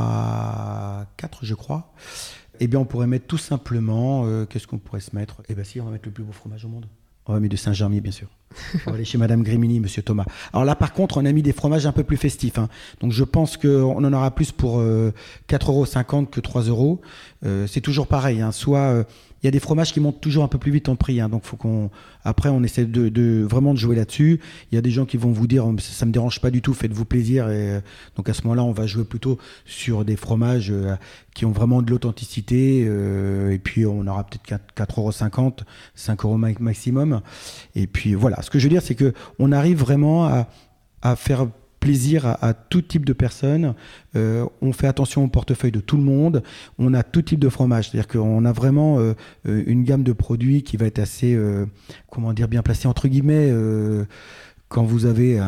3, 4 je crois. Eh bien on pourrait mettre tout simplement, qu'est-ce qu'on pourrait se mettre ? Eh bien si, on va mettre le plus beau fromage au monde. On va mettre du Saint-Germier, bien sûr. On va aller chez Madame Grimini, Monsieur Thomas. Alors là, par contre, on a mis des fromages un peu plus festifs. Hein. Donc je pense qu'on en aura plus pour 4,50 € que 3 €. C'est toujours pareil. Hein. Soit il y a des fromages qui montent toujours un peu plus vite en prix. Hein. Donc faut après, on essaie vraiment de jouer là-dessus. Il y a des gens qui vont vous dire ça me dérange pas du tout, faites-vous plaisir. Et donc à ce moment-là, on va jouer plutôt sur des fromages qui ont vraiment de l'authenticité. Et puis on aura peut-être 4,50 €, 5 € maximum. Et puis voilà. Ce que je veux dire, c'est que on arrive vraiment à faire plaisir à tout type de personnes. On fait attention au portefeuille de tout le monde. On a tout type de fromage. C'est-à-dire qu'on a vraiment une gamme de produits qui va être assez, bien placée, entre guillemets. Quand vous avez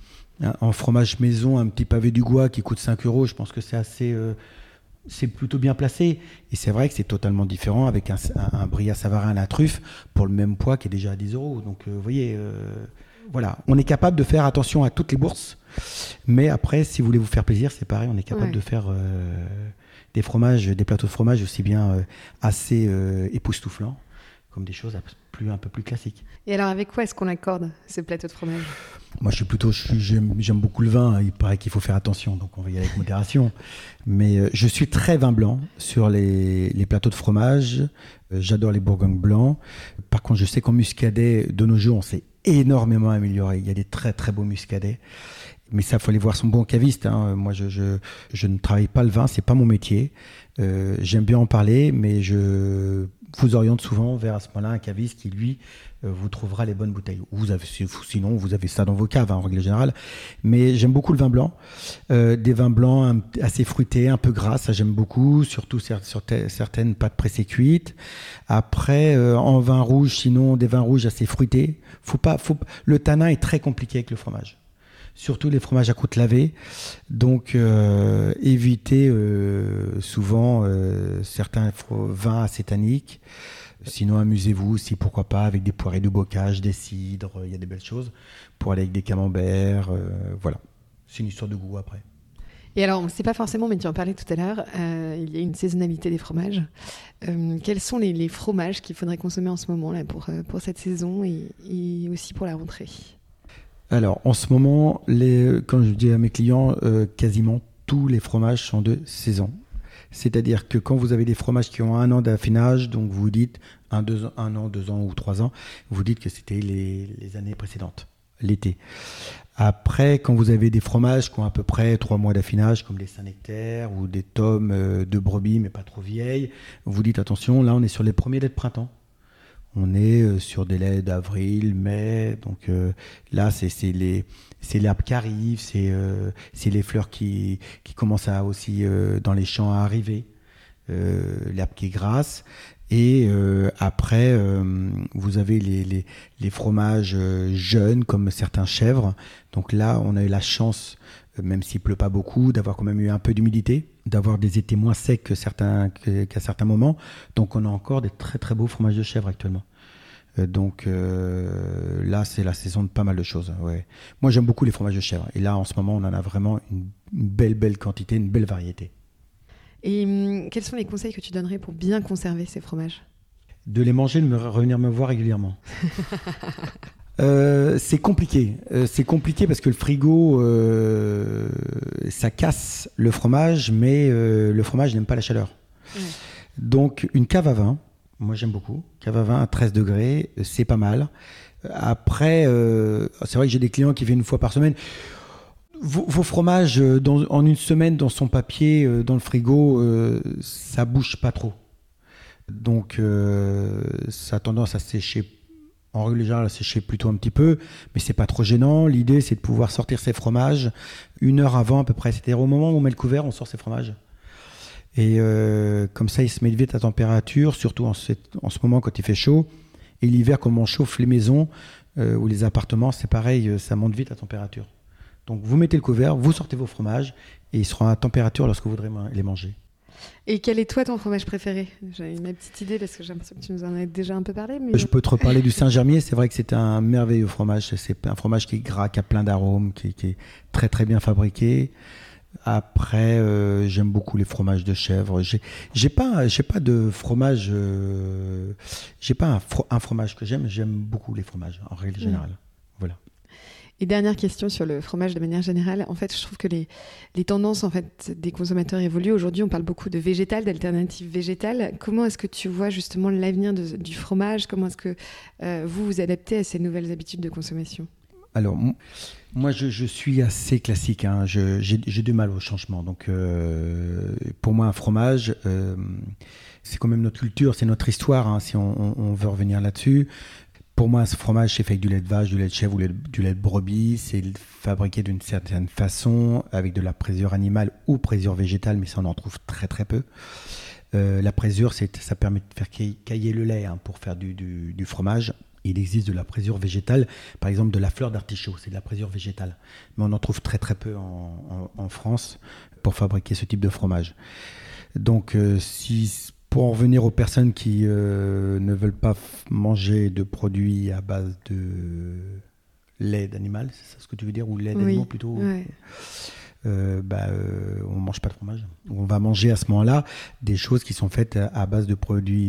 un fromage maison, un petit pavé du Gois qui coûte 5 €, je pense que c'est assez... c'est plutôt bien placé. Et c'est vrai que c'est totalement différent avec un Bria Savarin à la truffe pour le même poids qui est déjà à 10 €. Donc, vous voyez... Voilà, on est capable de faire attention à toutes les bourses, mais après, si vous voulez vous faire plaisir, c'est pareil, on est capable de faire des plateaux de fromage aussi bien assez époustouflants, comme des choses un peu plus classiques. Et alors, avec quoi est-ce qu'on accorde ces plateaux de fromage ? Moi, j'aime beaucoup le vin, il paraît qu'il faut faire attention, donc on va y aller avec modération. Mais je suis très vin blanc sur les plateaux de fromage, j'adore les bourgognes blancs. Par contre, je sais qu'en muscadet, de nos jours, on s'est énormément amélioré. Il y a des très très beaux muscadets, mais ça, il faut aller voir son bon caviste. Hein. Moi, je ne travaille pas le vin, c'est pas mon métier. J'aime bien en parler, mais je vous oriente souvent vers à ce moment-là un caviste qui lui vous trouvera les bonnes bouteilles. Sinon, vous avez ça dans vos caves, hein, en règle générale. Mais j'aime beaucoup le vin blanc, des vins blancs assez fruités, un peu gras, ça j'aime beaucoup, surtout sur certaines pâtes pressées cuites. Après, en vin rouge, sinon des vins rouges assez fruités. Le tanin est très compliqué avec le fromage. Surtout les fromages à croûte lavée. Donc, évitez souvent certains vins acétaniques. Sinon, amusez-vous aussi, pourquoi pas, avec des poirées de bocage, des cidres, il y a des belles choses. Pour aller avec des camemberts, voilà. C'est une histoire de goût après. Et alors, on ne sait pas forcément, mais tu en parlais tout à l'heure, il y a une saisonnalité des fromages. Quels sont les fromages qu'il faudrait consommer en ce moment là, pour cette saison et aussi pour la rentrée ? Alors, en ce moment, quand je dis à mes clients, quasiment tous les fromages sont de saison. C'est-à-dire que quand vous avez des fromages qui ont 1 an d'affinage, donc vous dites 1 an, 2 ans ou 3 ans, vous dites que c'était les années précédentes, l'été. Après, quand vous avez des fromages qui ont à peu près 3 mois d'affinage, comme des Saint-Nectaire ou des tomes de brebis, mais pas trop vieilles, vous dites attention, là on est sur les premiers laits de printemps. On est sur des laits d'avril, mai, donc là c'est l'herbe qui arrive, c'est les fleurs qui commencent aussi dans les champs à arriver, l'herbe qui est grasse. Et après, vous avez les fromages jeunes comme certains chèvres. Donc là, on a eu la chance, même s'il pleut pas beaucoup, d'avoir quand même eu un peu d'humidité, d'avoir des étés moins secs qu'à certains moments. Donc on a encore des très très beaux fromages de chèvre actuellement. Donc là, c'est la saison de pas mal de choses. Ouais. Moi, j'aime beaucoup les fromages de chèvre. Et là, en ce moment, on en a vraiment une belle quantité, une belle variété. Et quels sont les conseils que tu donnerais pour bien conserver ces fromages ? De les manger, de revenir me voir régulièrement. C'est compliqué. C'est compliqué parce que le frigo, ça casse le fromage, mais le fromage n'aime pas la chaleur. Ouais. Donc, une cave à vin, moi j'aime beaucoup. Cave à vin à 13 degrés, c'est pas mal. Après, c'est vrai que j'ai des clients qui viennent 1 fois par semaine. Vos fromages, en une semaine, dans son papier, dans le frigo, ça bouge pas trop. Donc, ça a tendance à sécher, en règle générale, à sécher plutôt un petit peu, mais c'est pas trop gênant. L'idée, c'est de pouvoir sortir ces fromages 1 heure avant à peu près. C'est-à-dire au moment où on met le couvert, on sort ces fromages. Et comme ça, ils se mettent vite à température, surtout en ce moment quand il fait chaud. Et l'hiver, comme on chauffe les maisons, ou les appartements, c'est pareil, ça monte vite à température. Donc vous mettez le couvert, vous sortez vos fromages et ils seront à température lorsque vous voudrez les manger. Et quel est toi ton fromage préféré ? J'ai ma petite idée parce que j'ai l'impression que tu nous en as déjà un peu parlé. Mais... Je peux te reparler du Saint-Germier. C'est vrai que c'est un merveilleux fromage. C'est un fromage qui est gras, qui a plein d'arômes, qui est très très bien fabriqué. Après, j'aime beaucoup les fromages de chèvre. J'ai pas de fromage. J'ai pas un fromage que j'aime. J'aime beaucoup les fromages en règle générale. Voilà. Et dernière question sur le fromage de manière générale. En fait, je trouve que les tendances en fait, des consommateurs évoluent. Aujourd'hui, on parle beaucoup de végétal, d'alternatives végétales. Comment est-ce que tu vois justement l'avenir du fromage ? Comment est-ce que vous vous adaptez à ces nouvelles habitudes de consommation ? Alors, moi, je suis assez classique. Hein. J'ai du mal au changement. Donc, pour moi, un fromage, c'est quand même notre culture, c'est notre histoire, hein, si on veut revenir là-dessus. Pour moi, ce fromage, c'est fait avec du lait de vache, du lait de chèvre ou du lait de brebis. C'est fabriqué d'une certaine façon, avec de la présure animale ou présure végétale, mais ça, on en trouve très très peu. La présure, ça permet de faire cailler le lait, hein, pour faire du fromage. Il existe de la présure végétale, par exemple de la fleur d'artichaut, c'est de la présure végétale. Mais on en trouve très très peu en France pour fabriquer ce type de fromage. Donc, pour en revenir aux personnes qui ne veulent pas manger de produits à base de lait d'animal, c'est ça ce que tu veux dire, ou lait d'animal plutôt, ouais. On ne mange pas de fromage. On va manger à ce moment-là des choses qui sont faites à base de produits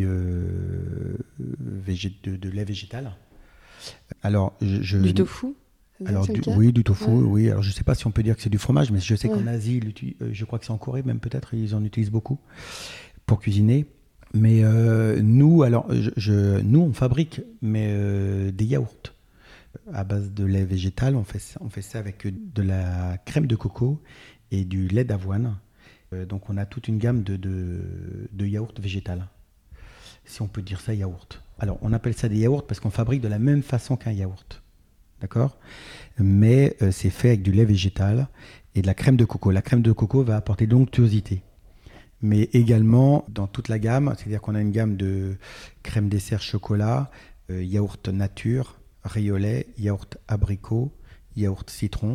de lait végétal. Alors, du tofu ? Alors, oui, du tofu, oui. Alors, je ne sais pas si on peut dire que c'est du fromage, mais je sais qu'en Asie, je crois que c'est en Corée même peut-être, ils en utilisent beaucoup pour cuisiner. Mais nous, on fabrique des yaourts à base de lait végétal. On fait ça avec de la crème de coco et du lait d'avoine. Donc, on a toute une gamme de yaourts végétal. Si on peut dire ça, yaourt. Alors, on appelle ça des yaourts parce qu'on fabrique de la même façon qu'un yaourt. D'accord ? Mais c'est fait avec du lait végétal et de la crème de coco. La crème de coco va apporter de l'onctuosité. Mais également, dans toute la gamme, c'est-à-dire qu'on a une gamme de crème dessert chocolat, yaourt nature, riz au lait, yaourt abricot, yaourt citron,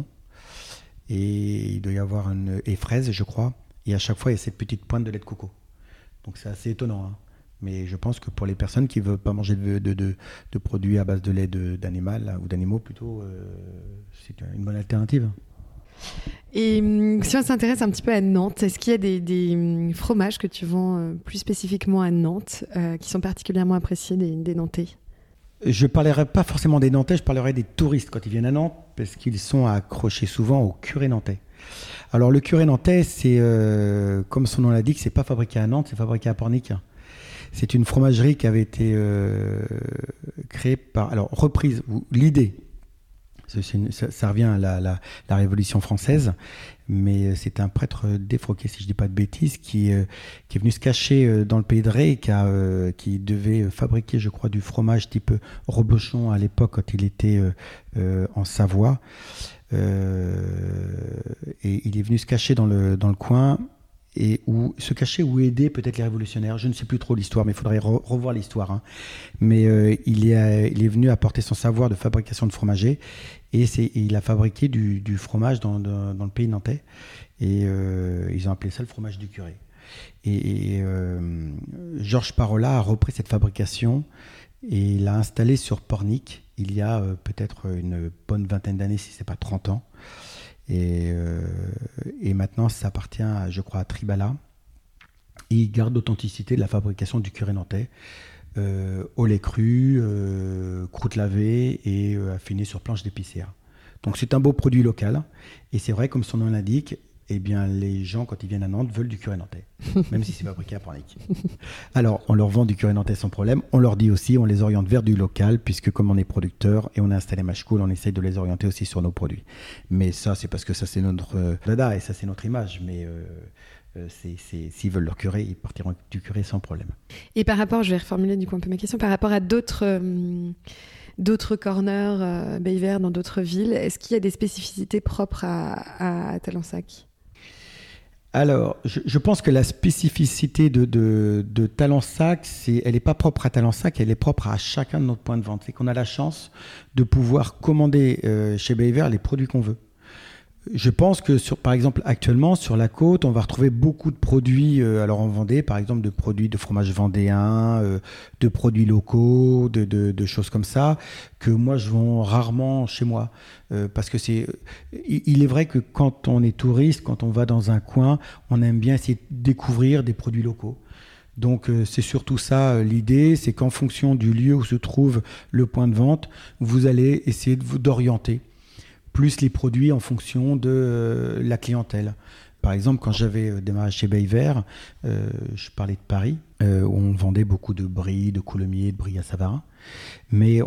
et il doit y avoir et fraise, je crois. Et à chaque fois, il y a cette petite pointe de lait de coco. Donc c'est assez étonnant, hein. Mais je pense que pour les personnes qui ne veulent pas manger de produits à base de lait d'animal, ou d'animaux plutôt, c'est une bonne alternative. Et si on s'intéresse un petit peu à Nantes, est-ce qu'il y a des fromages que tu vends plus spécifiquement à Nantes qui sont particulièrement appréciés des Nantais ? Je ne parlerai pas forcément des Nantais, je parlerai des touristes quand ils viennent à Nantes, parce qu'ils sont accrochés souvent au curé nantais. Alors le curé nantais, c'est comme son nom l'indique, c'est pas fabriqué à Nantes, c'est fabriqué à Pornic. C'est une fromagerie qui avait été créée reprise, l'idée, ça revient à la Révolution française, mais c'est un prêtre défroqué, si je ne dis pas de bêtises, qui est venu se cacher dans le pays de Ré et qui devait fabriquer, je crois, du fromage type reblochon à l'époque quand il était en Savoie. Et il est venu se cacher dans le coin, et se cacher ou aider peut-être les révolutionnaires. Je ne sais plus trop l'histoire, mais il faudrait revoir l'histoire. Hein. Mais il est venu apporter son savoir de fabrication de fromager, et il a fabriqué du fromage dans le pays nantais, et ils ont appelé ça le fromage du curé. Et Georges Parola a repris cette fabrication et il l'a installé sur Pornic il y a peut-être une bonne vingtaine d'années, si ce n'est pas 30 ans. Et maintenant, ça appartient, je crois, à Tribala. Et il garde l'authenticité de la fabrication du curé nantais, au lait cru, croûte lavée et affiné sur planche d'épicéa. Donc c'est un beau produit local. Et c'est vrai, comme son nom l'indique, eh bien, les gens, quand ils viennent à Nantes, veulent du curé nantais, même si c'est fabriqué à Pornic. Alors, on leur vend du curé nantais sans problème. On leur dit aussi, on les oriente vers du local, puisque comme on est producteur et on a installé Machecoul, on essaye de les orienter aussi sur nos produits. Mais ça, c'est parce que ça, c'est notre dada et ça, c'est notre image. Mais s'ils veulent leur curé, ils partiront du curé sans problème. Et par rapport, je vais reformuler du coup un peu ma question, par rapport à d'autres corners Bay-Vert dans d'autres villes, est-ce qu'il y a des spécificités propres à Talensac ? Alors, je pense que la spécificité de Talensac, elle n'est pas propre à Talensac, elle est propre à chacun de nos points de vente. C'est qu'on a la chance de pouvoir commander chez Bayver les produits qu'on veut. Je pense que, par exemple, actuellement, sur la côte, on va retrouver beaucoup de produits. Alors, on vendait, par exemple, de produits de fromage vendéen, de produits locaux, de choses comme ça, que moi, je vends rarement chez moi. Parce que il est vrai que quand on est touriste, quand on va dans un coin, on aime bien essayer de découvrir des produits locaux. Donc, c'est surtout ça l'idée, c'est qu'en fonction du lieu où se trouve le point de vente, vous allez essayer d'orienter plus les produits en fonction de la clientèle. Par exemple, quand j'avais démarré chez Bayver, je parlais de Paris, où on vendait beaucoup de brie, de coulommiers, de brie à Savarin. Mais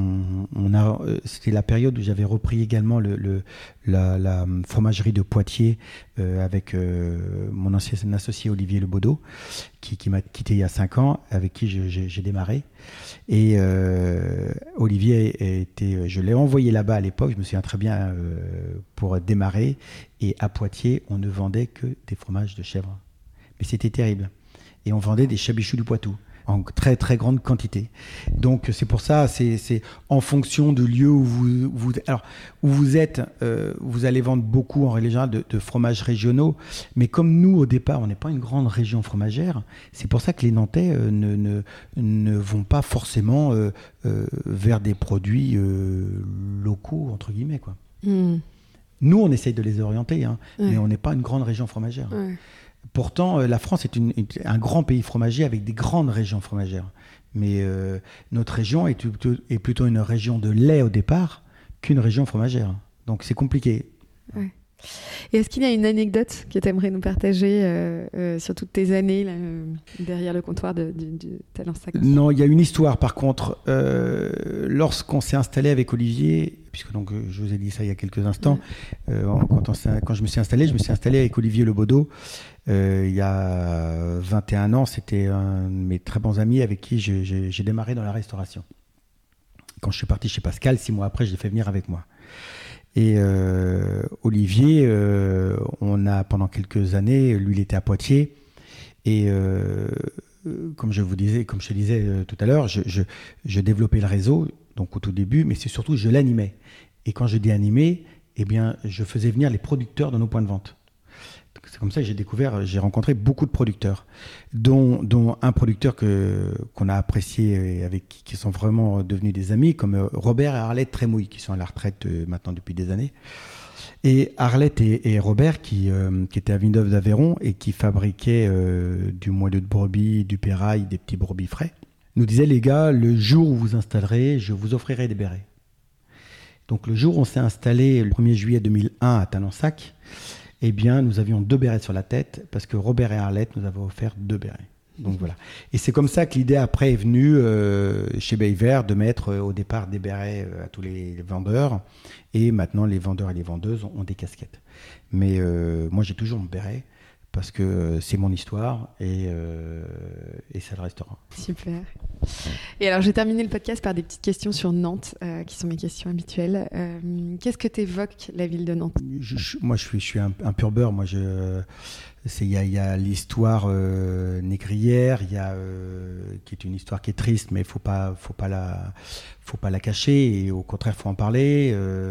c'était la période où j'avais repris également la fromagerie de Poitiers avec mon ancien associé Olivier Lebaudot, qui m'a quitté il y a 5 ans, avec qui j'ai démarré. Et Olivier je l'ai envoyé là-bas à l'époque, je me souviens très bien, pour démarrer. Et à Poitiers, on ne vendait que des fromages de chèvre. Mais c'était terrible. Et on vendait des chabichous du Poitou en très très grande quantité. Donc c'est pour ça, c'est en fonction du lieu où vous êtes, vous allez vendre beaucoup en règle générale de fromages régionaux. Mais comme nous au départ, on n'est pas une grande région fromagère, c'est pour ça que les Nantais ne vont pas forcément vers des produits locaux entre guillemets quoi. Nous on essaye de les orienter, mais on n'est pas une grande région fromagère. Pourtant, la France est un grand pays fromager avec des grandes régions fromagères. Mais notre région est plutôt une région de lait au départ qu'une région fromagère. Donc c'est compliqué. Ouais. Et est-ce qu'il y a une anecdote que tu aimerais nous partager sur toutes tes années là, derrière le comptoir du Talensac? Non, il y a une histoire par contre. Lorsqu'on s'est installé avec Olivier, puisque donc, je vous ai dit ça il y a quelques instants, quand je me suis installé avec Olivier Lebaudot. Il y a 21 ans, c'était un de mes très bons amis avec qui j'ai démarré dans la restauration. Quand je suis parti chez Pascal, 6 mois après, je l'ai fait venir avec moi. Et Olivier, pendant quelques années, lui, il était à Poitiers. Et comme je te disais tout à l'heure, je développais le réseau, donc au tout début, mais c'est surtout je l'animais. Et quand je dis animer, eh bien, je faisais venir les producteurs de nos points de vente. C'est comme ça que j'ai rencontré beaucoup de producteurs, dont un producteur qu'on a apprécié et avec qui sont vraiment devenus des amis, comme Robert et Arlette Trémouille, qui sont à la retraite maintenant depuis des années. Et Arlette et Robert, qui étaient à Villeneuve d'Aveyron et qui fabriquaient du moelleux de brebis, du pérail, des petits brebis frais, nous disaient, les gars, le jour où vous installerez, je vous offrirai des bérets. Donc le jour où on s'est installé, le 1er juillet 2001 à Talensac, eh bien, nous avions 2 bérets sur la tête parce que Robert et Arlette nous avaient offert 2 bérets. Donc voilà. Et c'est comme ça que l'idée après est venue chez Bayver de mettre au départ des bérets à tous les vendeurs. Et maintenant, les vendeurs et les vendeuses ont des casquettes. Mais moi, j'ai toujours mon béret parce que c'est mon histoire et ça le restera. Super. Et alors, j'ai terminé le podcast par des petites questions sur Nantes, qui sont mes questions habituelles. Qu'est-ce que t'évoque la ville de Nantes ? Moi, je suis un pur beurre. Moi, il y a l'histoire négrière, qui est une histoire qui est triste, mais faut pas la cacher. Et au contraire, faut en parler.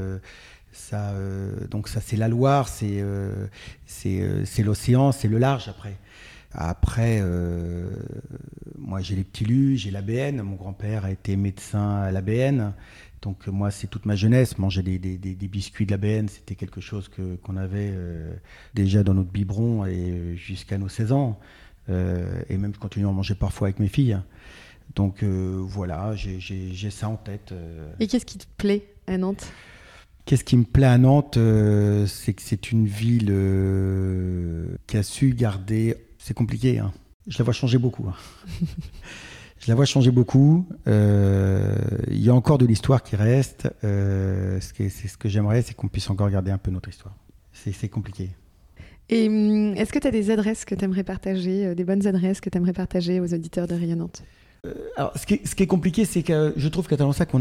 Donc ça, c'est la Loire, c'est l'océan, c'est le large après. Après, moi j'ai les petits lus, j'ai l'ABN. Mon grand-père a été médecin à l'ABN. Donc moi, c'est toute ma jeunesse. Manger des biscuits de l'ABN, c'était quelque chose qu'on avait déjà dans notre biberon et jusqu'à nos 16 ans. Et même je continue à en manger parfois avec mes filles. Donc voilà, j'ai ça en tête. Et qu'est-ce qui te plaît à Nantes ? Qu'est-ce qui me plaît à Nantes, c'est que c'est une ville qui a su garder... C'est compliqué, hein. Je la vois changer beaucoup. Je la vois changer beaucoup. Il y a encore de l'histoire qui reste. C'est ce que j'aimerais, c'est qu'on puisse encore garder un peu notre histoire. C'est compliqué. Et est-ce que tu as des adresses que tu aimerais partager, des bonnes adresses que tu aimerais partager aux auditeurs de Rayonnante ? Alors, ce qui est compliqué, c'est que je trouve qu'à Talensac,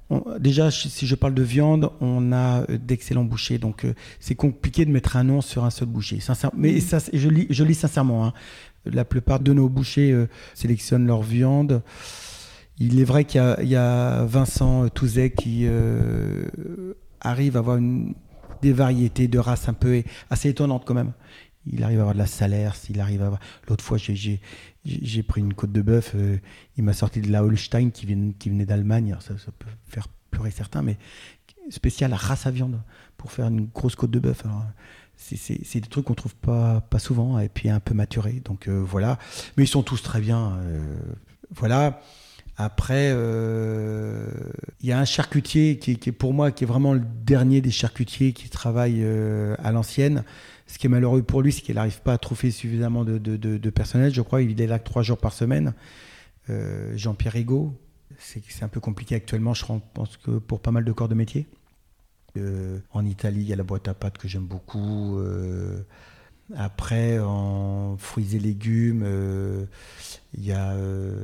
Déjà, si je parle de viande, on a d'excellents bouchers. Donc, c'est compliqué de mettre un nom sur un seul boucher. Mais ça, je lis sincèrement. Hein. La plupart de nos bouchers sélectionnent leur viande. Il est vrai qu'il y a Vincent Touzet qui arrive à avoir des variétés de races un peu assez étonnantes quand même. Il arrive à avoir de la Salers, L'autre fois, j'ai pris une côte de bœuf, il m'a sorti de la Holstein qui venait d'Allemagne. Alors ça peut faire pleurer certains, mais spécial race à viande pour faire une grosse côte de bœuf. Alors, c'est des trucs qu'on trouve pas souvent et puis un peu maturés. Donc voilà. Mais ils sont tous très bien. Voilà. Après, il y a un charcutier qui est pour moi qui est vraiment le dernier des charcutiers qui travaille à l'ancienne. Ce qui est malheureux pour lui, c'est qu'il n'arrive pas à trouver suffisamment de personnel. Je crois qu'il est là que 3 jours par semaine. Jean-Pierre Rigaud, c'est un peu compliqué actuellement, je pense que pour pas mal de corps de métier. En Italie, il y a la boîte à pâtes que j'aime beaucoup. Après, en fruits et légumes, il y a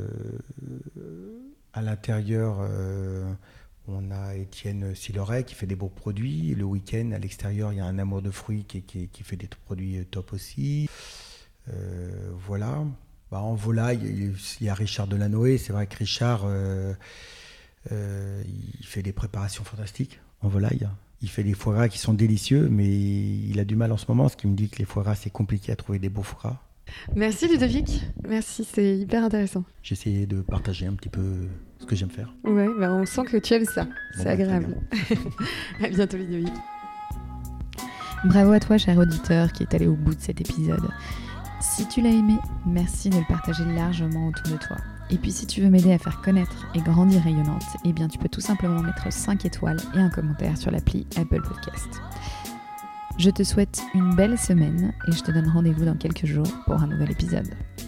à l'intérieur... on a Étienne Siloret qui fait des beaux produits. Le week-end, à l'extérieur, il y a un Amour de fruits qui fait des produits top aussi. Voilà. En volaille, il y a Richard Delanoë. C'est vrai que Richard, il fait des préparations fantastiques en volaille. Il fait des foie gras qui sont délicieux, mais il a du mal en ce moment, ce qui me dit que les foie gras, c'est compliqué à trouver des beaux foie gras. Merci Ludovic, merci, c'est hyper intéressant. J'ai essayé de partager un petit peu ce que j'aime faire. Ouais, on sent que tu aimes ça, c'est agréable. À bientôt Ludovic. Bravo à toi, cher auditeur, qui est allé au bout de cet épisode. Si tu l'as aimé, merci de le partager largement autour de toi. Et puis si tu veux m'aider à faire connaître et grandir Rayonnante, eh bien tu peux tout simplement mettre 5 étoiles et un commentaire sur l'appli Apple Podcast. Je te souhaite une belle semaine et je te donne rendez-vous dans quelques jours pour un nouvel épisode.